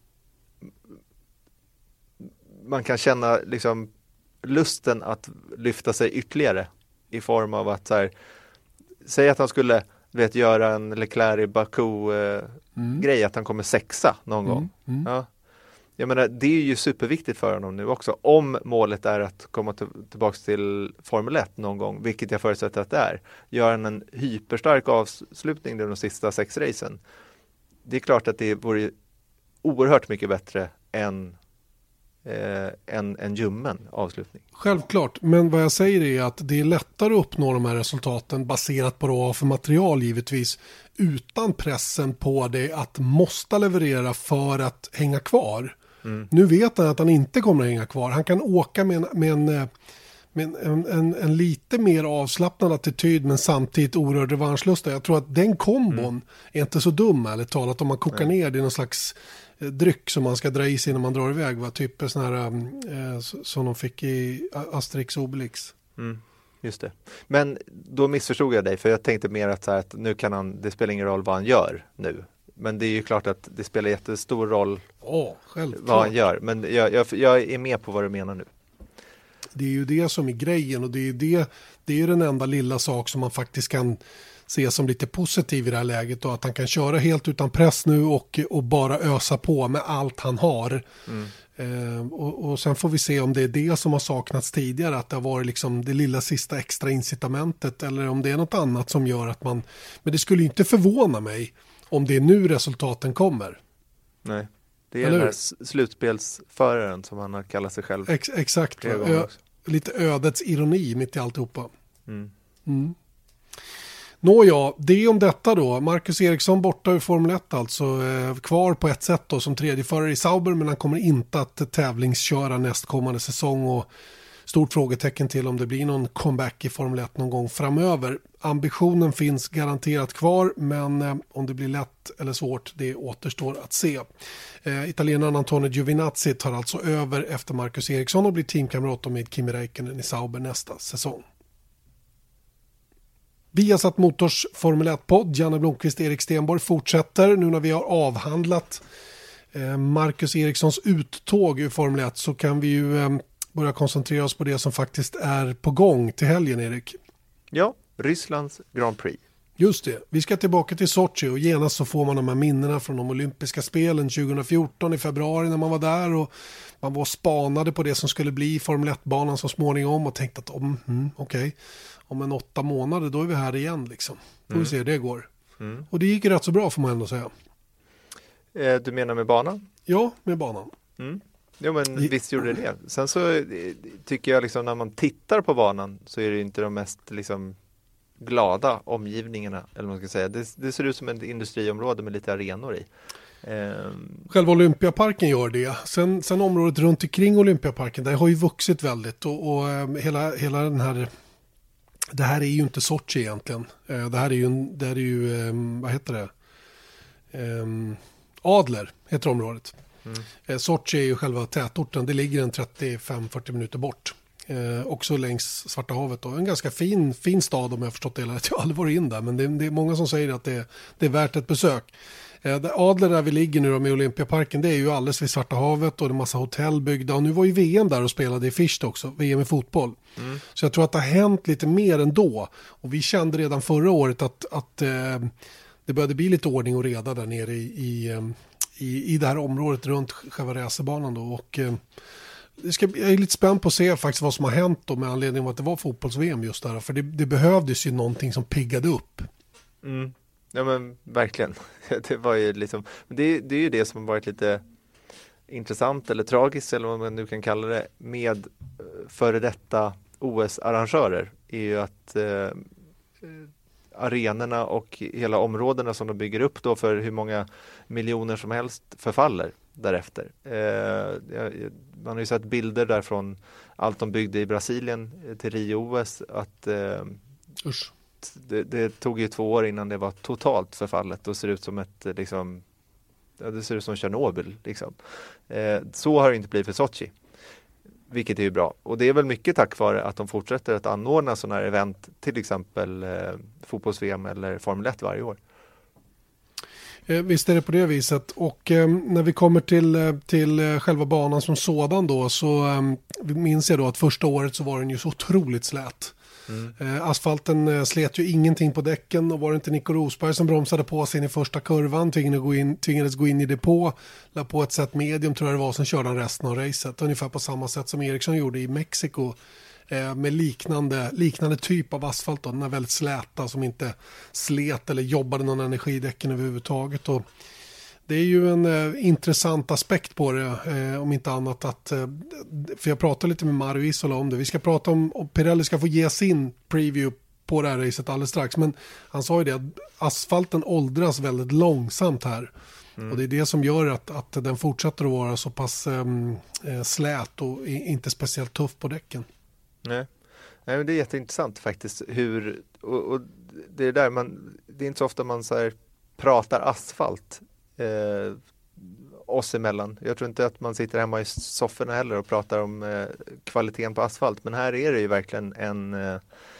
man kan känna liksom lusten att lyfta sig ytterligare i form av att så här, säg att han skulle vet, göra en Leclerc i Baku-grej, att han kommer sexa någon gång. Mm. Ja. Jag menar, det är ju superviktigt för honom nu också. Om målet är att komma till, tillbaka till Formel ett någon gång, vilket jag förutsätter att det är, gör han en hyperstark avslutning de sista sex racen. Det är klart att det vore oerhört mycket bättre än eh, en, en ljummen avslutning. Självklart, men vad jag säger är att det är lättare att uppnå de här resultaten baserat på vad du har för material givetvis, utan pressen på dig att måste leverera för att hänga kvar. Mm. Nu vet han att han inte kommer att hänga kvar. Han kan åka med en, med en, med en, en, en lite mer avslappnad attityd men samtidigt oerhörd revanschlusta. Jag tror att den kombon Mm. är inte så dum, ärligt talat, om man kokar Nej. ner det i någon slags eh, dryck som man ska dra i sig när man drar iväg. Va? Typ sån här eh, som de fick i Asterix och Obelix. Mm, just det. Men då missförstod jag dig, för jag tänkte mer att, så här, att nu kan han, det spelar ingen roll vad han gör nu. Men det är ju klart att det spelar jättestor roll Ja, självklart. vad han gör. Men jag, jag, jag är med på vad du menar nu. Det är ju det som är grejen och det är, det, det är ju den enda lilla sak som man faktiskt kan ses som lite positiv i det här läget och att han kan köra helt utan press nu och, och bara ösa på med allt han har. Mm. Eh, och, och sen får vi se om det är det som har saknats tidigare, att det har varit liksom det lilla sista extra incitamentet, eller om det är något annat som gör att man, men det skulle inte förvåna mig om det är nu resultaten kommer. Nej, det är den här slutspelsföraren som han har kallat sig själv. Ex- exakt, Ö- lite ödets ironi mitt i alltihopa. Mm. Mm. Nåja, det om detta då. Marcus Ericsson borta ur Formel ett alltså. Eh, kvar på ett sätt då som tredjeförare i Sauber, men han kommer inte att tävlingsköra nästkommande säsong, och stort frågetecken till om det blir någon comeback i Formel ett någon gång framöver. Ambitionen finns garanterat kvar, men eh, om det blir lätt eller svårt, det återstår att se. Eh, italienaren Antonio Giovinazzi tar alltså över efter Marcus Ericsson och blir teamkamrat med Kimi Räikkönen i Sauber nästa säsong. Viasat Motors Formel ett-podd, Janne Blomqvist, Erik Stenborg fortsätter. Nu när vi har avhandlat eh, Marcus Ericssons uttåg ur Formel ett, så kan vi ju eh, börja koncentrera oss på det som faktiskt är på gång till helgen, Erik. Ja, Rysslands Grand Prix. Just det, vi ska tillbaka till Sochi, och genast så får man de här minnena från de olympiska spelen tjugo fjorton i februari när man var där, och man var spanade på det som skulle bli Formel ett-banan så småningom och tänkte att om, mm, okej, okay. om en åtta månader då är vi här igen liksom. Får mm. vi se hur det går. Mm. Och det gick rätt så bra får man ändå säga. Eh, du menar med banan? Ja, med banan. Mm. Jo, men I... visst gjorde det det. Sen så tycker jag liksom när man tittar på banan så är det inte de mest liksom glada omgivningarna, eller vad man ska säga. Det, det ser ut som ett industriområde med lite arenor i. Um... Själva Olympiaparken gör det. Sen, sen området runt omkring Olympiaparken, det har ju vuxit väldigt, och, och um, hela, hela den här, det här är ju inte Sochi egentligen. Uh, det här är ju, det här är ju um, vad heter det? Um, Adler heter området. Mm. Uh, Sochi är ju själva tätorten, det ligger en trettiofem till fyrtio minuter bort. Eh, också längs Svarta havet då. En ganska fin, fin stad om jag har förstått det hela rätt. Jag har aldrig varit in där, men det, det är många som säger att det, det är värt ett besök. Eh, Adler där vi ligger nu då med Olympiaparken, det är ju alldeles vid Svarta havet, och det är massa hotell byggda, och nu var ju V M där och spelade i Ficht också, V M i fotboll. Mm. Så jag tror att det har hänt lite mer ändå, och vi kände redan förra året att, att eh, det började bli lite ordning och reda där nere i, i, i, i det här området runt själva racerbanan då, och eh, Det ska, jag är lite spänd på att se faktiskt vad som har hänt då, med anledning av att det var fotbolls-V M just där. För det, det behövdes ju någonting som piggade upp. Mm. Ja men verkligen. Det var ju liksom, det, det är ju det som har varit lite intressant eller tragiskt, eller vad man nu kan kalla det, med före detta O S-arrangörer, är ju att eh, arenorna och hela områdena som de bygger upp då för hur många miljoner som helst förfaller därefter. Eh, man har ju sett bilder där från allt de byggde i Brasilien till Rio-O S, att eh, det, det tog ju två år innan det var totalt förfallet och ser ut som ett liksom, ja, det ser ut som Tjernobyl liksom. Eh, så har det inte blivit för Sochi, vilket är ju bra, och det är väl mycket tack vare att de fortsätter att anordna sådana här event, till exempel eh, fotbolls-V M eller Formel ett varje år. Visst är det på det viset, och eh, när vi kommer till, till själva banan som sådan då, så eh, minns jag då att första året så var den ju så otroligt slät. Mm. Eh, asfalten eh, slet ju ingenting på däcken, och var det inte Nico Rosberg som bromsade på sig in i första kurvan, tvingades gå in, tvingades gå in i depå, la på ett set medium tror jag det var, som körde han resten av racet, ungefär på samma sätt som Ericsson gjorde i Mexiko. Med liknande, liknande typ av asfalt då, den är väldigt släta som inte slet eller jobbade någon energidäcken överhuvudtaget, och det är ju en eh, intressant aspekt på det, eh, om inte annat att, eh, för jag pratade lite med Mario Isola om det, vi ska prata om, och Pirelli ska få ge sin preview på det här racet alldeles strax, men han sa ju det att asfalten åldras väldigt långsamt här. Mm. Och det är det som gör att, att den fortsätter att vara så pass eh, slät och inte speciellt tuff på däcken. Nej. Nej, men det är jätteintressant faktiskt hur, och, och det är där man, det är inte så ofta man så här pratar asfalt eh, oss emellan. Jag tror inte att man sitter hemma i sofforna heller och pratar om eh, kvaliteten på asfalt, men här är det ju verkligen en eh,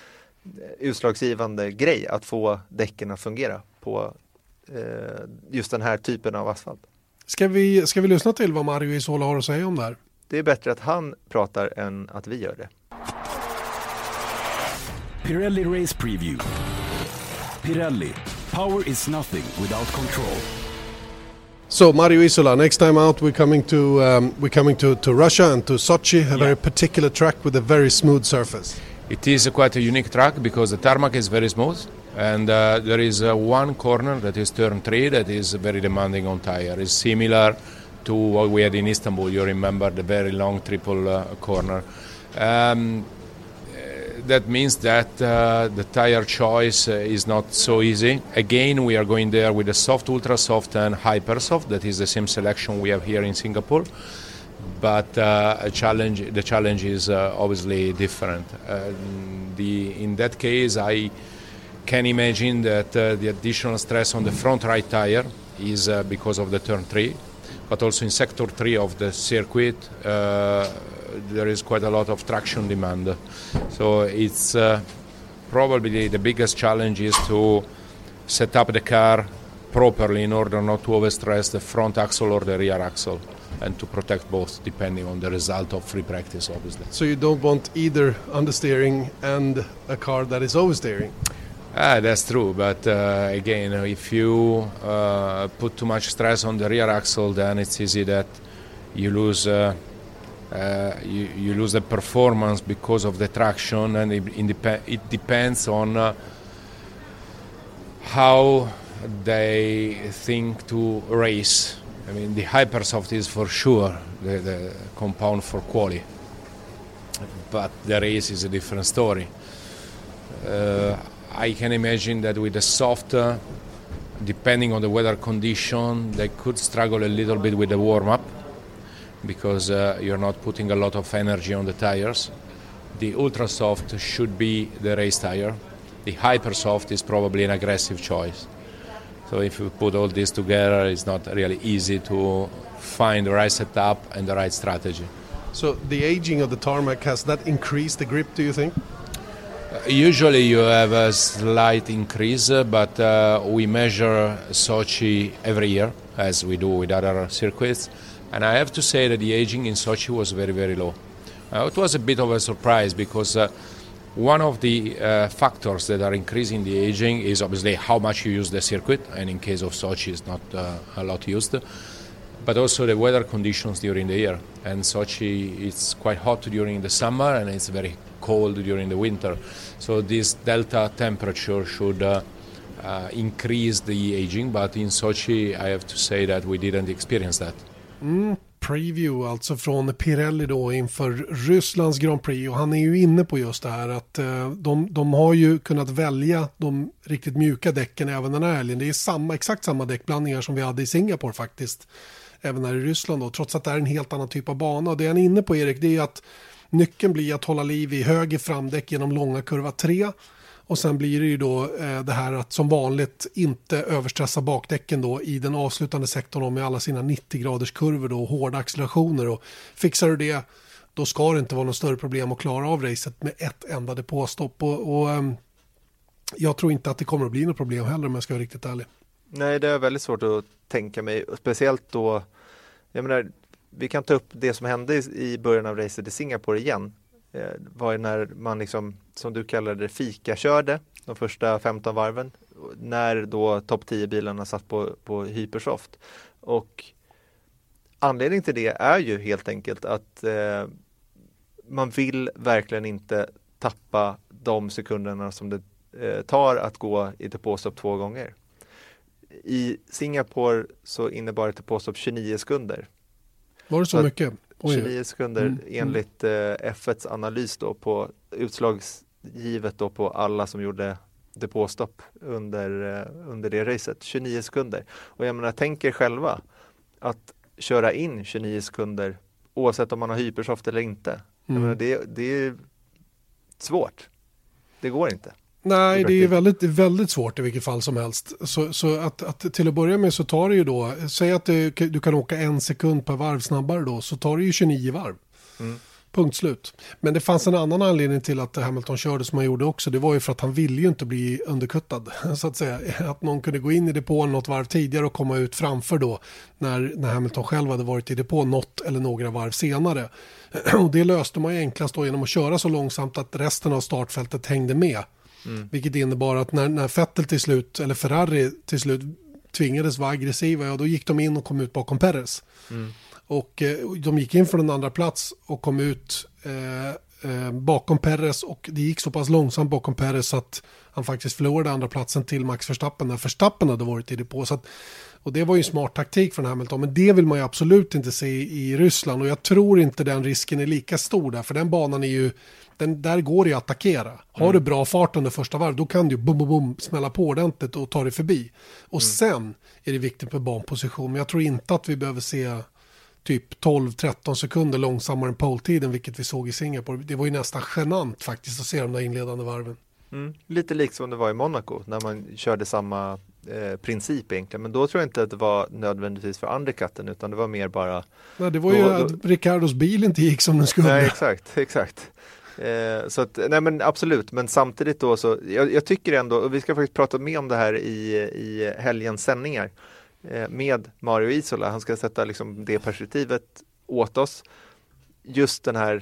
utslagsgivande grej att få däcken att fungera på eh, just den här typen av asfalt. Ska vi, ska vi lyssna till vad Mario Isola har att säga om det här? Det är bättre att han pratar än att vi gör det. Pirelli Race Preview. Pirelli. Power is nothing without control. So Mario Isola, next time out we're coming to um, we're coming to, to Russia and to Sochi, a Yeah. very particular track with a very smooth surface. It is a quite a unique track because the tarmac is very smooth, and uh, there is uh, one corner that is turn three that is very demanding on tire. It's similar to what we had in Istanbul. You remember the very long triple uh, corner. Um, That means that uh, the tire choice uh, is not so easy. Again, we are going there with a soft, ultra soft, and hyper soft. That is the same selection we have here in Singapore. But uh, a challenge, the challenge is uh, obviously different. Uh, the, in that case, I can imagine that uh, the additional stress on the front right tire is uh, because of the turn three, but also in sector three of the circuit, uh, there is quite a lot of traction demand. So it's uh, probably the biggest challenge is to set up the car properly in order not to overstress the front axle or the rear axle, and to protect both depending on the result of free practice, obviously. So you don't want either understeering and a car that is oversteering. Ah, that's true, but uh, again, if you uh, put too much stress on the rear axle, then it's easy that you lose uh, uh, you, you lose the performance because of the traction, and it, indep- it depends on uh, how they think to race. I mean, the Hypersoft is for sure the, the compound for quali, but the race is a different story. Uh, I can imagine that with the soft, uh, depending on the weather condition, they could struggle a little bit with the warm-up because uh, you're not putting a lot of energy on the tires. The ultra soft should be the race tire. The hyper soft is probably an aggressive choice. So if you put all this together, it's not really easy to find the right setup and the right strategy. So the aging of the tarmac, has that increased the grip, do you think? Usually you have a slight increase, uh, but uh, we measure Sochi every year, as we do with other circuits. And I have to say that the aging in Sochi was very, very low. Uh, it was a bit of a surprise because uh, one of the uh, factors that are increasing the aging is obviously how much you use the circuit, and in case of Sochi it's not uh, a lot used, but also the weather conditions during the year. And Sochi, it's quite hot during the summer and it's very cold during the winter. So this delta temperature should uh, uh, increase the aging, but in Sochi I have to say that we didn't experience that. Mm, preview alltså från Pirelli då inför Rysslands Grand Prix, och han är ju inne på just det här att uh, de, de har ju kunnat välja de riktigt mjuka däcken även den här helgen. Det är samma, exakt samma däckblandningar som vi hade i Singapore faktiskt, även här i Ryssland då, trots att det är en helt annan typ av bana. Och det han är inne på, Erik, det är att nyckeln blir att hålla liv i höger framdäck genom långa kurva tre. Och sen blir det ju då eh, det här att som vanligt inte överstressa bakdäcken då i den avslutande sektorn med alla sina nittio graders kurvor då, och hårda accelerationer. Och fixar du det, då ska det inte vara något större problem att klara av racet med ett enda depåstopp. Och, och eh, jag tror inte att det kommer att bli något problem heller, om jag ska vara riktigt ärlig. Nej, det är väldigt svårt att tänka mig. Speciellt då, jag menar, vi kan ta upp det som hände i början av racet i Singapore igen. Eh, var ju när man liksom, som du kallade det, fika körde de första femton varven. När då topp tio-bilarna satt på, på hypersoft. Och anledningen till det är ju helt enkelt att eh, man vill verkligen inte tappa de sekunderna som det eh, tar att gå i depåstopp två gånger. I Singapore så innebar ett depåstopp tjugonio sekunder. Var det så, så mycket? Oj. tjugonio sekunder mm. enligt eh, F et:s analys då på utslagsgivet då på alla som gjorde depåstopp under, eh, under det racet. tjugonio sekunder. Och jag menar, tänk er själva att köra in tjugonio sekunder oavsett om man har hypersoft eller inte. Mm. Jag menar, det, det är svårt. Det går inte. Nej, det är väldigt, väldigt svårt i vilket fall som helst. Så, så att, att till att börja med så tar det ju då, säg att du, du kan åka en sekund per varv snabbare då, så tar det ju tjugonio varv. Mm. Punkt slut. Men det fanns en annan anledning till att Hamilton körde som han gjorde också. Det var ju för att han ville ju inte bli underkuttad, så att säga. Att någon kunde gå in i depån något varv tidigare och komma ut framför då när, när Hamilton själv hade varit i depå något eller några varv senare. Och det löste man ju enklast då genom att köra så långsamt att resten av startfältet hängde med. Mm. Vilket innebar att när, när Vettel till slut, eller Ferrari till slut tvingades vara aggressiva, ja, då gick de in och kom ut bakom Perez. Mm. Och eh, de gick in från en andra plats och kom ut eh, eh, bakom Perez, och det gick så pass långsamt bakom Perez att han faktiskt förlorade andra platsen till Max Verstappen när Verstappen hade varit i depå. Så att, och det var ju en smart taktik från Hamilton, men det vill man ju absolut inte se i Ryssland, och jag tror inte den risken är lika stor där, för den banan är ju, den, där går det ju att attackera. Har mm. du bra fart under första varv, då kan du bum, bum, bum, smälla på ordentligt och ta dig förbi. Och mm. sen är det viktigt med banposition, men jag tror inte att vi behöver se typ tolv tretton sekunder långsammare än pole-tiden, vilket vi såg i Singapore. Det var ju nästan genant faktiskt att se de där inledande varven. Mm. Lite likt som det var i Monaco när man körde samma eh, princip egentligen, men då tror jag inte att det var nödvändigtvis för undercutten, utan det var mer bara... Nej, det var ju då, att då... Ricardos bil inte gick som den skulle. Nej, exakt, exakt. Eh, så att, nej men absolut, men samtidigt då så, jag, jag tycker ändå, och vi ska faktiskt prata mer om det här i, i helgens sändningar eh, med Mario Isola, han ska sätta liksom det perspektivet åt oss, just den här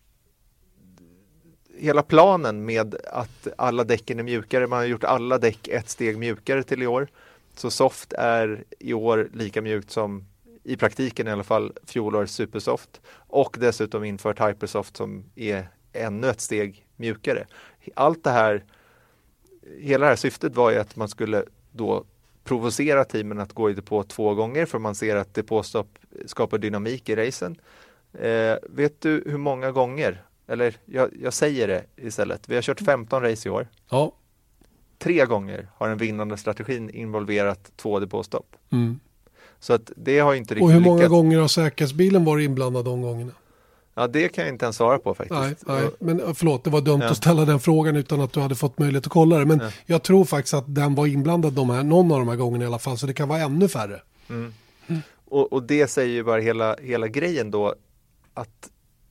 hela planen med att alla däcken är mjukare, man har gjort alla däck ett steg mjukare till i år, så soft är i år lika mjukt som i praktiken i alla fall fjolårs supersoft, och dessutom infört hypersoft som är ännu ett steg mjukare. Allt det här, hela det här syftet var ju att man skulle då provocera teamen att gå i depå två gånger, för man ser att depåstopp skapar dynamik i racen. Eh, vet du hur många gånger, eller jag, jag säger det istället, vi har kört femton race i år. Ja. Tre gånger har den vinnande strategin involverat två depåstopp. Mm. Så att det har inte riktigt Och hur många lyckats. gånger har säkerhetsbilen varit inblandad de gångerna? Ja, det kan jag inte ens svara på faktiskt. Nej, nej. Men förlåt, det var dumt ja. att ställa den frågan utan att du hade fått möjlighet att kolla det. Men ja. jag tror faktiskt att den var inblandad de här, någon av de här gångerna i alla fall, så det kan vara ännu färre. Mm. Mm. Och, och det säger ju bara hela, hela grejen då, att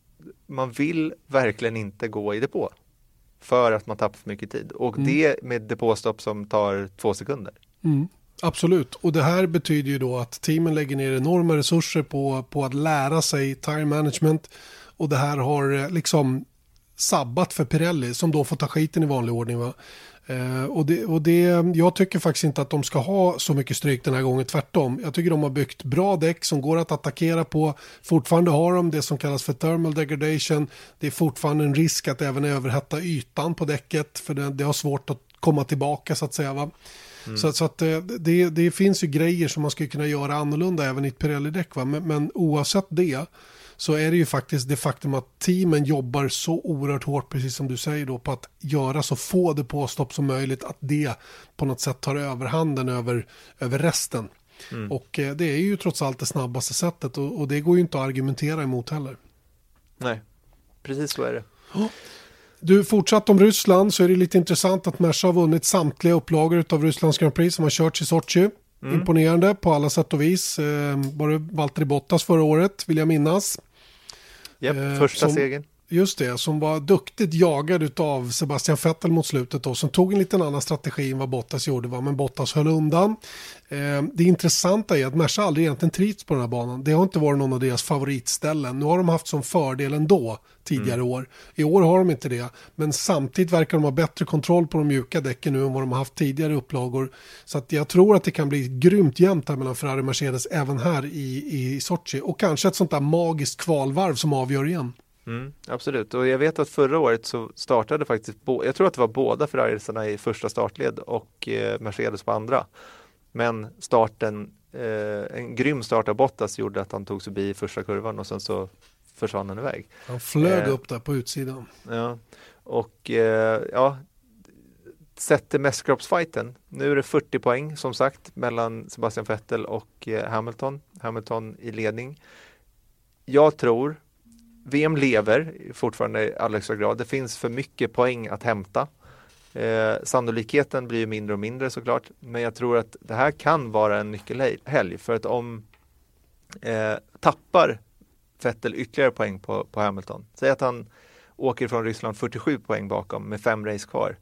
man vill verkligen inte gå i depå för att man tappar för mycket tid. Och mm. det med depåstopp som tar två sekunder. Mm. Absolut, och det här betyder ju då att teamen lägger ner enorma resurser på, på att lära sig tire management, och det här har liksom sabbat för Pirelli som då får ta skiten i vanlig ordning, va? Eh, och det, och det, jag tycker faktiskt inte att de ska ha så mycket stryk den här gången, tvärtom. Jag tycker de har byggt bra däck som går att attackera på. Fortfarande har de det som kallas för thermal degradation. Det är fortfarande en risk att även överhetta ytan på däcket, för det, det har svårt att komma tillbaka så att säga, va? Mm. Så, så att det, det finns ju grejer som man skulle kunna göra annorlunda även i ett Pirelli-däck, va? Men, men oavsett det så är det ju faktiskt det faktum att teamen jobbar så oerhört hårt, precis som du säger då, på att göra så få depåstopp som möjligt, att det på något sätt tar överhanden över, över resten. Mm. Och eh, det är ju trots allt det snabbaste sättet, och, och det går ju inte att argumentera emot heller. Nej, precis så är det. Ja. Du, fortsatt om Ryssland, så är det lite intressant att Merca har vunnit samtliga upplagor av Rysslands Grand Prix som har körts i Sochi. Mm. Imponerande på alla sätt och vis. Eh, var det Valtteri Bottas förra året, vill jag minnas. Japp, eh, första som, segern. Just det, som var duktigt jagad av Sebastian Vettel mot slutet då, som tog en liten annan strategi än vad Bottas gjorde, va? Men Bottas höll undan. Eh, det intressanta är att Merca aldrig egentligen trivts på den här banan. Det har inte varit någon av deras favoritställen. Nu har de haft som fördel ändå tidigare mm. år. I år har de inte det, men samtidigt verkar de ha bättre kontroll på de mjuka däcken nu än vad de har haft tidigare upplagor. Så att jag tror att det kan bli grymt jämnt här mellan Ferrari och Mercedes även här i, i Sochi. Och kanske ett sånt där magiskt kvalvarv som avgör igen. Mm, absolut, och jag vet att förra året så startade faktiskt, bo- jag tror att det var båda Ferrarisarna i första startled och eh, Mercedes på andra. Men starten, eh, en grym start av Bottas gjorde att han tog sig förbi i första kurvan och sen så försvann han iväg. Han flög eh, upp där på utsidan. Ja, och eh, ja, sett till mästerskapsfighten, nu är det fyrtio poäng som sagt mellan Sebastian Vettel och eh, Hamilton. Hamilton i ledning. Jag tror V M lever fortfarande i allra högsta grad. Det finns för mycket poäng att hämta. Eh, sannolikheten blir ju mindre och mindre såklart. Men jag tror att det här kan vara en nyckelhelg. För att om eh, tappar Vettel ytterligare poäng på, på Hamilton. Säg att han åker från Ryssland fyrtiosju poäng bakom med fem race kvar.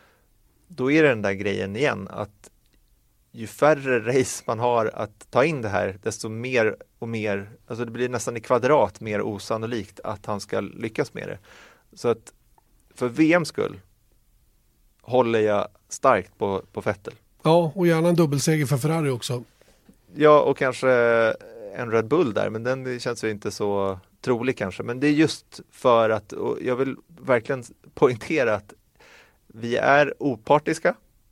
Då är det den där grejen igen att ju färre race man har att ta in det här, desto mer och mer, alltså det blir nästan i kvadrat mer osannolikt att han ska lyckas med det. Så att för V M:s skull håller jag starkt på, på Vettel. Ja, och gärna en dubbelseger för Ferrari också. Ja, och kanske en Red Bull där, men den känns ju inte så trolig kanske. Men det är just för att, och jag vill verkligen poängtera att vi är opartiska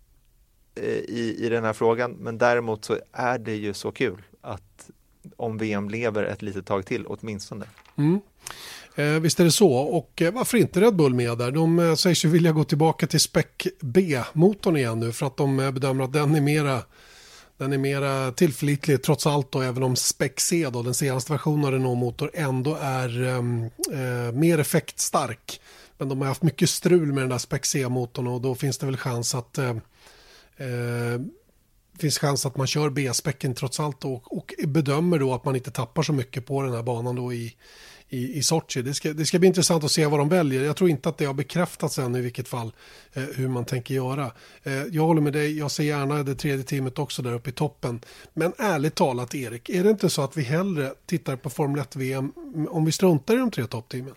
i, i den här frågan, men däremot så är det ju så kul att om V M lever ett litet tag till åtminstone. Mm. Eh, visst är det så, och eh, varför inte Red Bull med där? De eh, säger sig vilja gå tillbaka till Spec B-motorn igen nu för att de eh, bedömer att den är mera Den är mera tillförlitlig trots allt då, även om Spec C då, den senaste versionen av Renault-motor ändå är eh, mer effektstark. Men de har haft mycket strul med den där Spec C-motorn och då finns det väl chans att eh, eh, finns chans att man kör B-specken trots allt då, och bedömer då att man inte tappar så mycket på den här banan då i I, i Sochi. Det ska, det ska bli intressant att se vad de väljer. Jag tror inte att det har bekräftats än i vilket fall eh, hur man tänker göra. Eh, jag håller med dig, jag ser gärna det tredje teamet också där uppe i toppen. Men ärligt talat Erik, är det inte så att vi hellre tittar på Formel ett-V M om vi struntar i de tre toppteamen?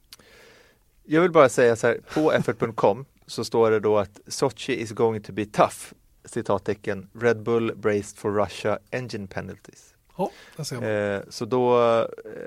Jag vill bara säga så här, på F ett punkt com så står det då att Sochi is going to be tough, citattecken, Red Bull braced for Russia engine penalties. Ja, det ser man. Eh, så då, eh,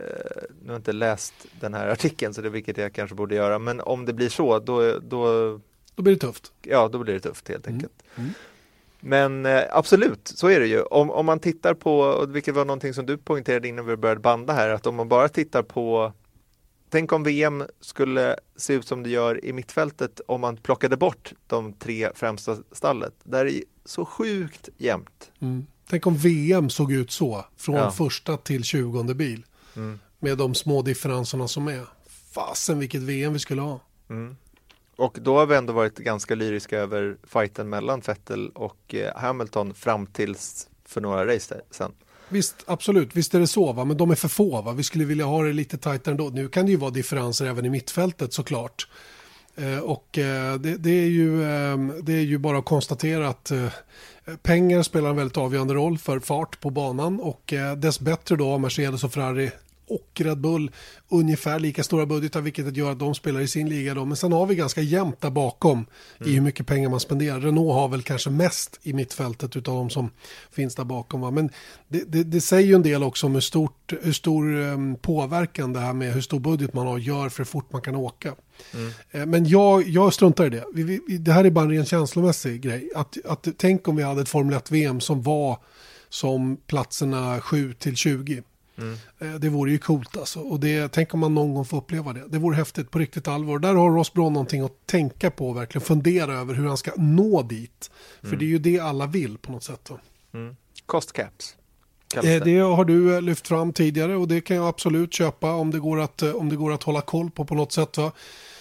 nu har jag inte läst den här artikeln så det är vilket jag kanske borde göra, men om det blir så då, då, då blir det tufft. Ja, då blir det tufft helt enkelt. Mm. Mm. Men eh, absolut, så är det ju. Om, om man tittar på, och vilket var någonting som du poängterade innan vi började banda här, att om man bara tittar på, tänk om V M skulle se ut som det gör i mittfältet om man plockade bort de tre främsta stallet. Där är så sjukt jämnt. Mm. Tänk om V M såg ut så från ja. första till tjugonde bil mm. med de små differenserna som är. Fasen vilket V M vi skulle ha. Mm. Och då har vi ändå varit ganska lyriska över fighten mellan Vettel och eh, Hamilton fram tills för några race sen. Visst, absolut. Visst är det så, va? Men de är för få. Va? Vi skulle vilja ha det lite tajtare ändå. Nu kan det ju vara differenser även i mittfältet såklart. Eh, och eh, det, det, är ju, eh, det är ju bara att konstatera att eh, pengar spelar en väldigt avgörande roll för fart på banan. Och eh, dess bättre då Mercedes och Ferrari och Red Bull ungefär lika stora budgetar, vilket gör att de spelar i sin liga då. Men sen har vi ganska jämnt där bakom mm. i hur mycket pengar man spenderar. Renault har väl kanske mest i mittfältet utav de som finns där bakom. Va? Men det, det, det säger ju en del också om hur, stort, hur stor um, påverkan det här med hur stor budget man har gör för hur fort man kan åka. Mm. Eh, men jag, jag struntar i det. Vi, vi, det här är bara en ren känslomässig grej. Att, att, tänk om vi hade ett Formel ett-V M som var som platserna sju till tjugo. Mm. Det vore ju coolt alltså. Och det, tänk om man någon gång får uppleva det. Det vore häftigt på riktigt allvar. Där har Ross Brawn någonting att tänka på, verkligen fundera över hur han ska nå dit. För mm. det är ju det alla vill på något sätt. Mm. Cost caps. Det. det har du lyft fram tidigare och det kan jag absolut köpa om det går att, om det går att hålla koll på på något sätt. Va?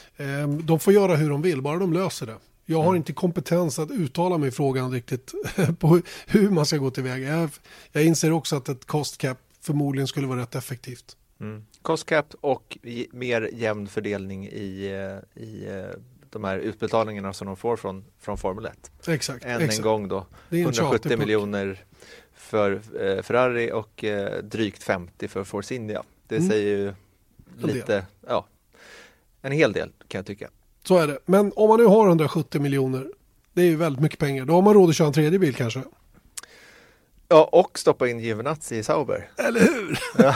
De får göra hur de vill, bara de löser det. Jag har mm. inte kompetens att uttala mig i frågan riktigt på hur man ska gå tillväga. Jag, jag inser också att ett cost cap förmodligen skulle vara rätt effektivt. Mm. Cost cap och i, mer jämn fördelning i, i de här utbetalningarna som de får från, från Formel ett. Exakt. Än exakt. en gång då. hundrasjuttio miljoner för eh, Ferrari och eh, drygt femtio för Force India. Det mm. säger ju lite, ja, en hel del kan jag tycka. Så är det. Men om man nu har hundrasjuttio miljoner, det är ju väldigt mycket pengar. Då har man råd att köra en tredje bil kanske. Ja, och stoppa in Giovinazzi i Sauber. Eller hur? Ja.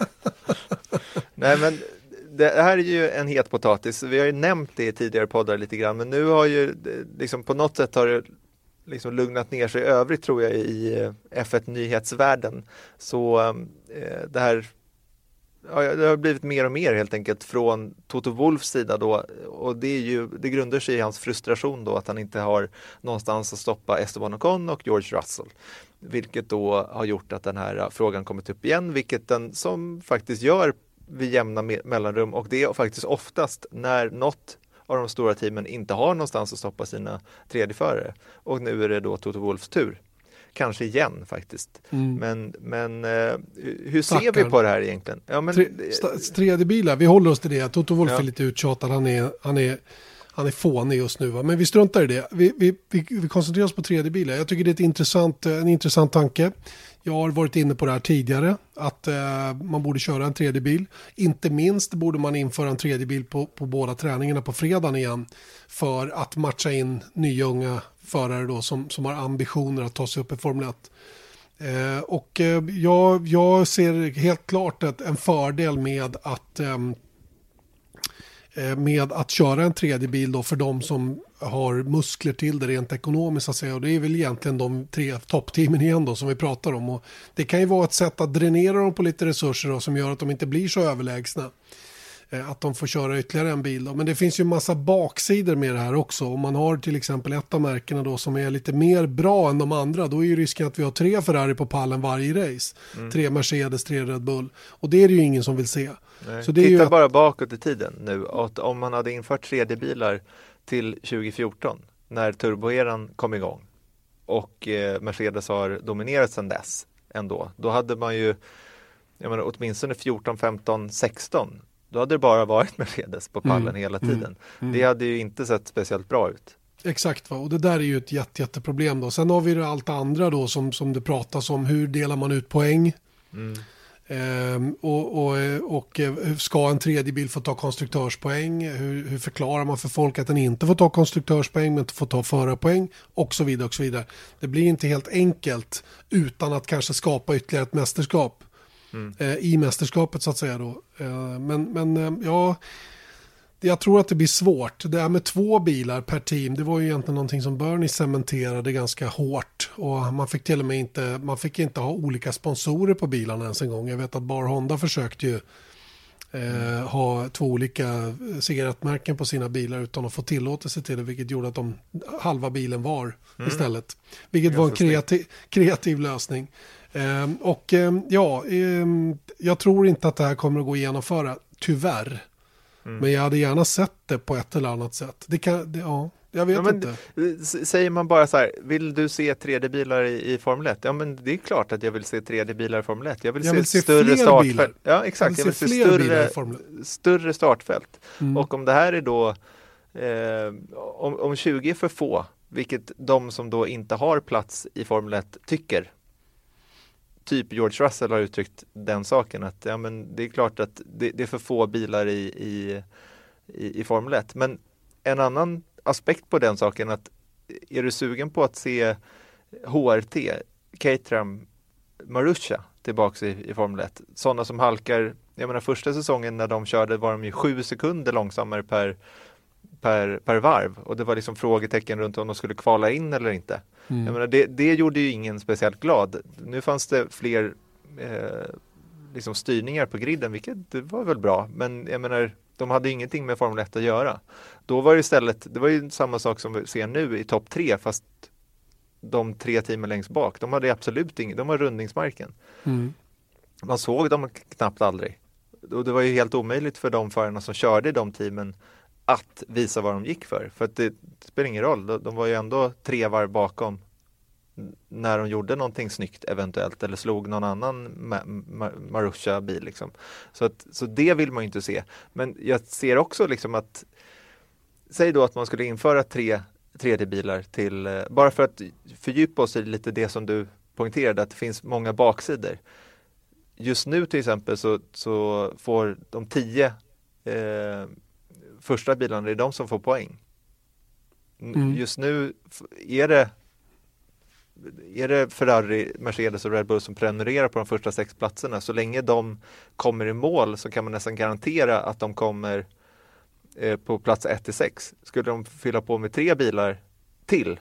Nej, men det här är ju en het potatis. Vi har ju nämnt det i tidigare poddar lite grann, men nu har ju liksom på något sätt har det liksom lugnat ner sig i övrigt tror jag i F ett-nyhetsvärlden. Så eh, det här ja, det har blivit mer och mer helt enkelt från Toto Wolffs sida då, och det är ju, det grundar sig i hans frustration då att han inte har någonstans att stoppa Esteban Ocon och George Russell. Vilket då har gjort att den här frågan kommit upp igen, vilket den som faktiskt gör vid jämna me- mellanrum, och det är faktiskt oftast när något av de stora teamen inte har någonstans att stoppa sina tredjeförare. Och nu är det då Toto Wolffs tur. Kanske igen faktiskt. Mm. Men, men eh, hur ser Stackar. vi på det här egentligen? Ja, men, Tre, st- tredje bilar, vi håller oss till det. Toto Wolff ja. är lite uttjatad. Han är, han är, han är fånig just nu. Va? Men vi struntar i det. Vi, vi, vi, vi koncentrerar oss på tredje bilar. Jag tycker det är ett intressant, en intressant tanke. Jag har varit inne på det här tidigare. Att eh, man borde köra en tredje bil. Inte minst borde man införa en tredje bil på, på båda träningarna på fredagen igen. För att matcha in nya unga förare då, som, som har ambitioner att ta sig upp i Formel ett. Eh, och eh, jag, jag ser helt klart ett, en fördel med att... Eh, med att köra en tredje bil då för de som har muskler till det rent ekonomiskt att säga. Och det är väl egentligen de tre toppteamen igen då som vi pratar om. Och det kan ju vara ett sätt att dränera dem på lite resurser då, som gör att de inte blir så överlägsna. Att de får köra ytterligare en bil då. Men det finns ju en massa baksidor med det här också. Om man har till exempel ett av märkena då som är lite mer bra än de andra, då är ju risken att vi har tre Ferrari på pallen varje race. Mm. Tre Mercedes, tre Red Bull. Och det är det ju ingen som vill se. Så det är Titta ju... bara bakåt i tiden nu. Att om man hade infört tredje bilar till tjugo fjorton när turboeran kom igång och eh, Mercedes har dominerat sedan dess ändå. Då hade man ju jag menar, åtminstone fjorton, femton, sexton. Då hade det bara varit Mercedes på pallen mm. hela tiden. Mm. Mm. Det hade ju inte sett speciellt bra ut. Exakt, va? Och det där är ju ett jätte, jätteproblem då. Sen har vi det allt andra då som, som det pratas om. Hur delar man ut poäng? Mm. Ehm, och, och, och ska en tredje bil få ta konstruktörspoäng? Hur, hur förklarar man för folk att den inte får ta konstruktörspoäng men får ta förarpoäng? Och så vidare och så vidare. Det blir inte helt enkelt utan att kanske skapa ytterligare ett mästerskap. Mm. Eh, i mästerskapet så att säga då. Eh, men men eh, ja, jag tror att det blir svårt. Det här med två bilar per team, det var ju egentligen någonting som Bernie cementerade ganska hårt. Och man fick till och med inte, man fick inte ha olika sponsorer på bilarna ens en gång. Jag vet att Bar Honda försökte ju eh, ha två olika cigarettmärken på sina bilar utan att få tillåtelse till det, vilket gjorde att de halva bilen var mm. istället. Vilket var en kreativ, kreativ lösning. Um, och um, ja, um, jag tror inte att det här kommer att gå att genomföra, tyvärr. Mm. Men jag hade gärna sett det på ett eller annat sätt. Det kan, det, ja, jag vet ja, men, inte. Säger man bara så här, vill du se tredje bilar i, i Formel ett? Ja, men det är klart att jag vill se tredje bilar i Formel ett. Jag vill, jag se, vill se större startfält. Ja, exakt. Jag vill, jag vill se, se större, större startfält. Mm. Och om det här är då eh, om, om tjugo är för få, vilket de som då inte har plats i Formel ett tycker. Typ George Russell har uttryckt den saken att ja, men det är klart att det, det är för få bilar i, i, i, i Formel ett. Men en annan aspekt på den saken att är du sugen på att se H R T, Caterham, Marussia tillbaka i, i Formel ett. Sådana som halkar, jag menar första säsongen när de körde var de ju sju sekunder långsammare per, per, per varv. Och det var liksom frågetecken runt om de skulle kvala in eller inte. Mm. Jag menar, det, det gjorde ju ingen speciellt glad. Nu fanns det fler eh, liksom styrningar på griden, vilket det var väl bra. Men jag menar, de hade ingenting med Formel ett att göra. Då var det istället, det var ju samma sak som vi ser nu i topp tre, fast de tre teamen längst bak, de hade absolut inget, de var rundningsmarken. Mm. Man såg dem knappt aldrig. Och det var ju helt omöjligt för de förarna som körde i de teamen att visa vad de gick för. För att det, det spelar ingen roll. De, de var ju ändå tre varv bakom när de gjorde någonting snyggt eventuellt eller slog någon annan ma- ma- Marussia-bil. Liksom. Så, att, så det vill man ju inte se. Men jag ser också liksom att säg då att man skulle införa tre tredje bilar till, bara för att fördjupa oss i lite det som du poängterade, att det finns många baksidor. Just nu till exempel så, så får de tio eh, första bilarna, det är de som får poäng. Mm. Just nu är det är det Ferrari, Mercedes och Red Bull som prenumererar på de första sex platserna. Så länge de kommer i mål så kan man nästan garantera att de kommer eh, på plats ett till sex. Skulle de fylla på med tre bilar till,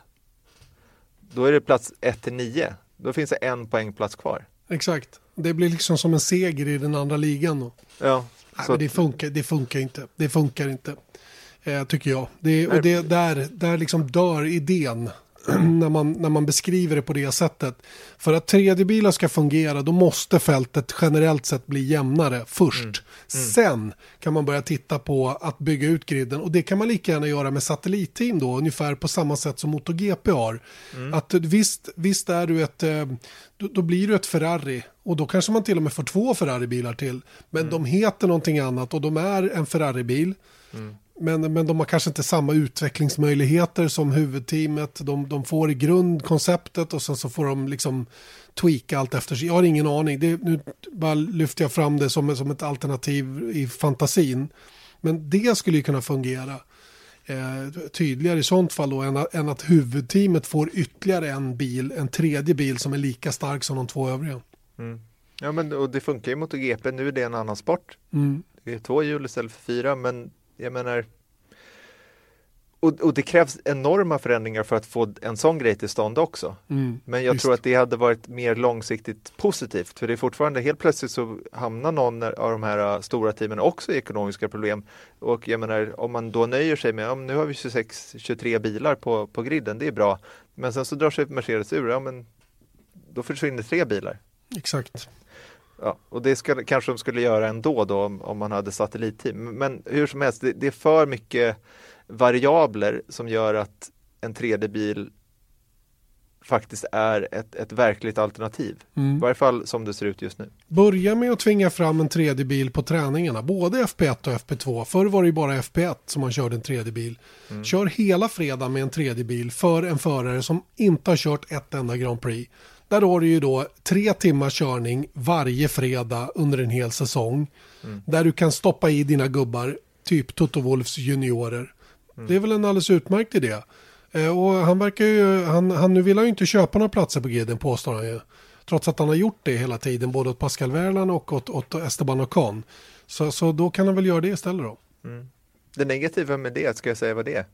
då är det plats ett till nio. Då finns det en poängplats kvar. Exakt. Det blir liksom som en seger i den andra ligan då. Ja. Nej, men det funkar, det funkar inte. Det funkar inte. Eh, tycker jag. Det, och det, där, där liksom dör idén när man, när man beskriver det på det sättet. För att tredje bilar ska fungera, då måste fältet generellt sett bli jämnare först. Mm. Mm. Sen kan man börja titta på att bygga ut griden. Och det kan man lika gärna göra med satellitteam då, ungefär på samma sätt som MotoGP har. Mm. Att visst, visst är du ett, då, då blir du ett Ferrari. Och då kanske man till och med får två Ferrari-bilar till. Men mm. de heter någonting annat och de är en Ferrari-bil. Mm. men, men de har kanske inte samma utvecklingsmöjligheter som huvudteamet. De, de får i grundkonceptet och sen så får de liksom tweaka allt efter sig. Jag har ingen aning. Det, nu bara lyfter jag fram det som, som ett alternativ i fantasin. Men det skulle ju kunna fungera eh, tydligare i sånt fall då, än, än att huvudteamet får ytterligare en bil, en tredje bil som är lika stark som de två övriga. Mm. Ja, men och det funkar ju mot G P. Nu är det en annan sport. Mm. Det är två hjul istället för fyra, men jag menar... Och, och det krävs enorma förändringar för att få en sån grej till stånd också. Mm, men jag visst. tror att det hade varit mer långsiktigt positivt. För det är fortfarande, helt plötsligt så hamnar någon av de här stora teamen också i ekonomiska problem. Och jag menar, om man då nöjer sig med, ja, nu har vi tjugosex tjugotre bilar på, på griden, det är bra. Men sen så drar sig Mercedes ur, ja men då försvinner tre bilar. Exakt. Ja, och det ska, kanske de skulle göra ändå då om, om man hade satellitteam. Men hur som helst, det, det är för mycket variabler som gör att en tredje bil faktiskt är ett, ett verkligt alternativ. Mm. I varje fall som det ser ut just nu. Börja med att tvinga fram en tredje bil på träningarna. Både F P ett och F P två. Förr var det ju bara F P ett som man körde en tredje bil. Mm. Kör hela fredag med en tredje bil för en förare som inte har kört ett enda Grand Prix. Där har du ju då tre timmars körning varje fredag under en hel säsong. Mm. Där du kan stoppa i dina gubbar, typ Toto Wolffs juniorer. Mm. Det är väl en alldeles utmärkt idé. Eh, och han verkar ju, han, han nu vill han ju inte köpa några platser på griden, påstår han ju. Trots att han har gjort det hela tiden, både åt Pascal Wehrlein och åt, åt Esteban Ocon. Så, så då kan han väl göra det istället då. Mm. Det negativa med det, ska jag säga vad det är?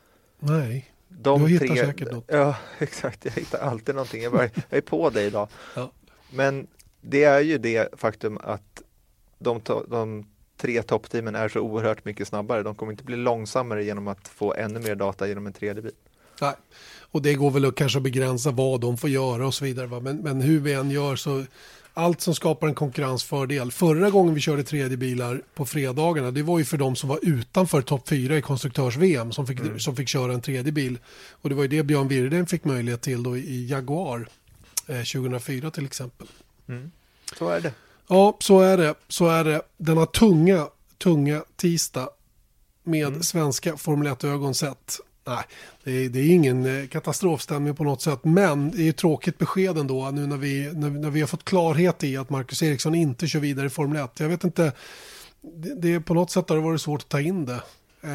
Nej. De du hittar tre, säkert något. Ja, exakt. Jag hittar alltid någonting. Jag, bara, jag är på dig idag. Ja. Men det är ju det faktum att de, to- de tre toppteamen är så oerhört mycket snabbare. De kommer inte bli långsammare genom att få ännu mer data genom en tredje bil. Nej, och det går väl att kanske begränsa vad de får göra och så vidare. Va? Men, men hur vi än gör så allt som skapar en konkurrensfördel. Förra gången vi körde tredje bilar på fredagarna, det var ju för de som var utanför topp fyra i konstruktörs-V M som fick, mm. som fick köra en tredje bil. Och det var ju det Björn Wirden fick möjlighet till då i Jaguar eh, tjugohundrafyra till exempel. Mm. Så är det. Ja, så är det. Så är det. Denna tunga, tunga tisdag med mm. svenska Formel ett-ögon sett. Nej, det är, det är ingen katastrofstämning på något sätt, men det är ett tråkigt besked ändå nu när vi, när, när vi har fått klarhet i att Marcus Ericsson inte kör vidare i Formel ett. Jag vet inte, det, det är på något sätt har det varit svårt att ta in det.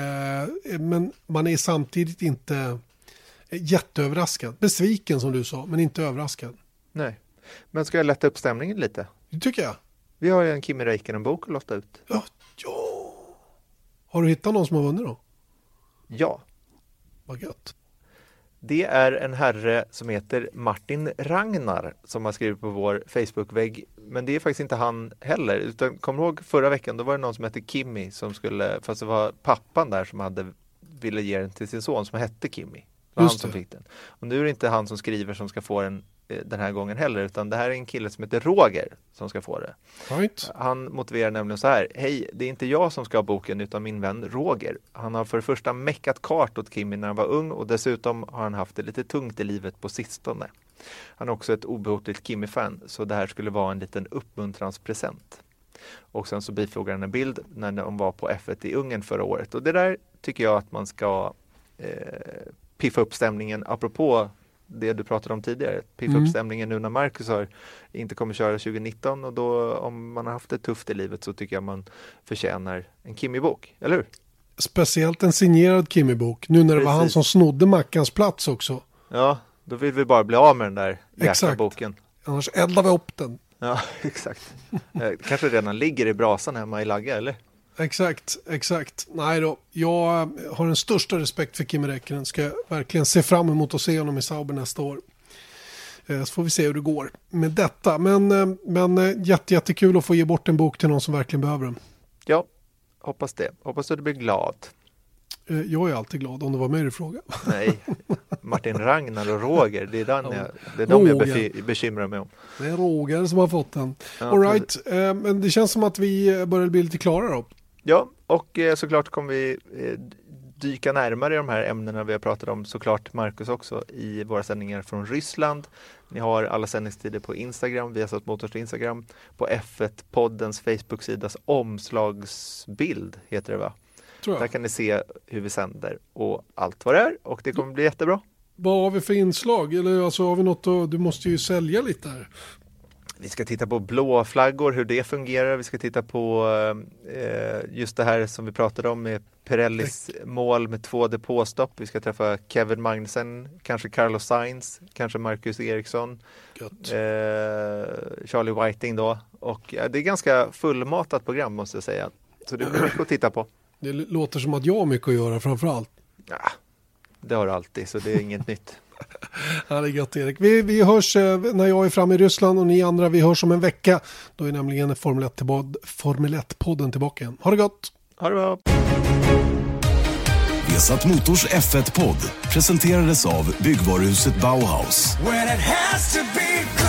Eh, men man är samtidigt inte jätteöverraskad. Besviken som du sa, men inte överraskad. Nej, men ska jag lätta upp stämningen lite? Det tycker jag. Vi har ju en Kimi Räikkönen-bok att lotta ut. Ja, ja. Har du hittat någon som har vunnit då? Ja. Vad gött. Det är en herre som heter Martin Ragnar som har skrivit på vår Facebook-vägg. Men det är faktiskt inte han heller. Utan kom ihåg förra veckan, då var det någon som hette Kimi som skulle, fast det var pappan där som hade ville ge den till sin son som hette Kimi. Det var han som fick den. Och nu är det inte han som skriver som ska få den den här gången heller, utan det här är en kille som heter Roger som ska få det. Right. Han motiverar nämligen så här: hej, det är inte jag som ska ha boken utan min vän Roger. Han har för det första meckat kart åt Kimi när han var ung och dessutom har han haft det lite tungt i livet på sistone. Han är också ett obehotligt Kimi-fan, så det här skulle vara en liten uppmuntranspresent. Och sen så bifogar han en bild när de var på F ett i Ungern förra året. Och det där tycker jag att man ska eh, piffa upp stämningen apropå det du pratade om tidigare. Piffa Mm. upp stämningen nu när Marcus har inte kommer köra tjugonitton, och då om man har haft det tufft i livet så tycker jag man förtjänar en Kimi-bok, eller hur? Speciellt en signerad Kimi-bok. Nu när det Precis. var han som snodde Mackans plats också. Ja, då vill vi bara bli av med den där jäkla Exakt. boken. Annars eldar vi upp den. Ja, exakt. eh, kanske redan ligger i brasan hemma i Lagga, eller? Exakt, exakt. Nej då, jag har den största respekt för Kimi Räikkönen. Ska verkligen se fram emot att se honom i Sauber nästa år. Så får vi se hur det går med detta. Men, men jätte, jättekul att få ge bort en bok till någon som verkligen behöver den. Ja, hoppas det. Hoppas att du blir glad. Jag är alltid glad om det var mig du frågade. Nej, Martin Ragnar och Roger, det är, den jag, det är de jag befi- bekymrar mig om. Det är Roger som har fått den. Ja, All right, men det känns som att vi börjar bli lite klara då. Ja, och eh, såklart kommer vi eh, dyka närmare i de här ämnena vi har pratat om, såklart Marcus också, i våra sändningar från Ryssland. Ni har alla sändningstider på Instagram, vi har satt Motors Instagram, på F ett-poddens Facebook-sidas omslagsbild heter det, va? tror jag. Där kan ni se hur vi sänder och allt vad det är. Och det kommer bli jättebra. Vad har vi för inslag? Eller alltså, har vi något att, du måste ju sälja lite här. Vi ska titta på blå flaggor, hur det fungerar. Vi ska titta på eh, just det här som vi pratade om med Pirellis mål med två depåstopp. Vi ska träffa Kevin Magnussen, kanske Carlos Sainz, kanske Marcus Eriksson, eh, Charlie Whiting då. Och ja, det är ganska fullmatat program måste jag säga. Så det blir mycket att titta på. Det låter som att jag har mycket att göra framförallt. Ja, det har du alltid, så det är inget nytt. Ja, det är gott, Erik. Vi, vi hörs eh, när jag är framme i Ryssland och ni andra, vi hörs om en vecka. Då är nämligen Formel ett tillba- Formel ett-podden tillbaka igen. Ha det gott! Ha det bra! Vesat Motors F ett-podd presenterades av byggvaruhuset Bauhaus. When it has to be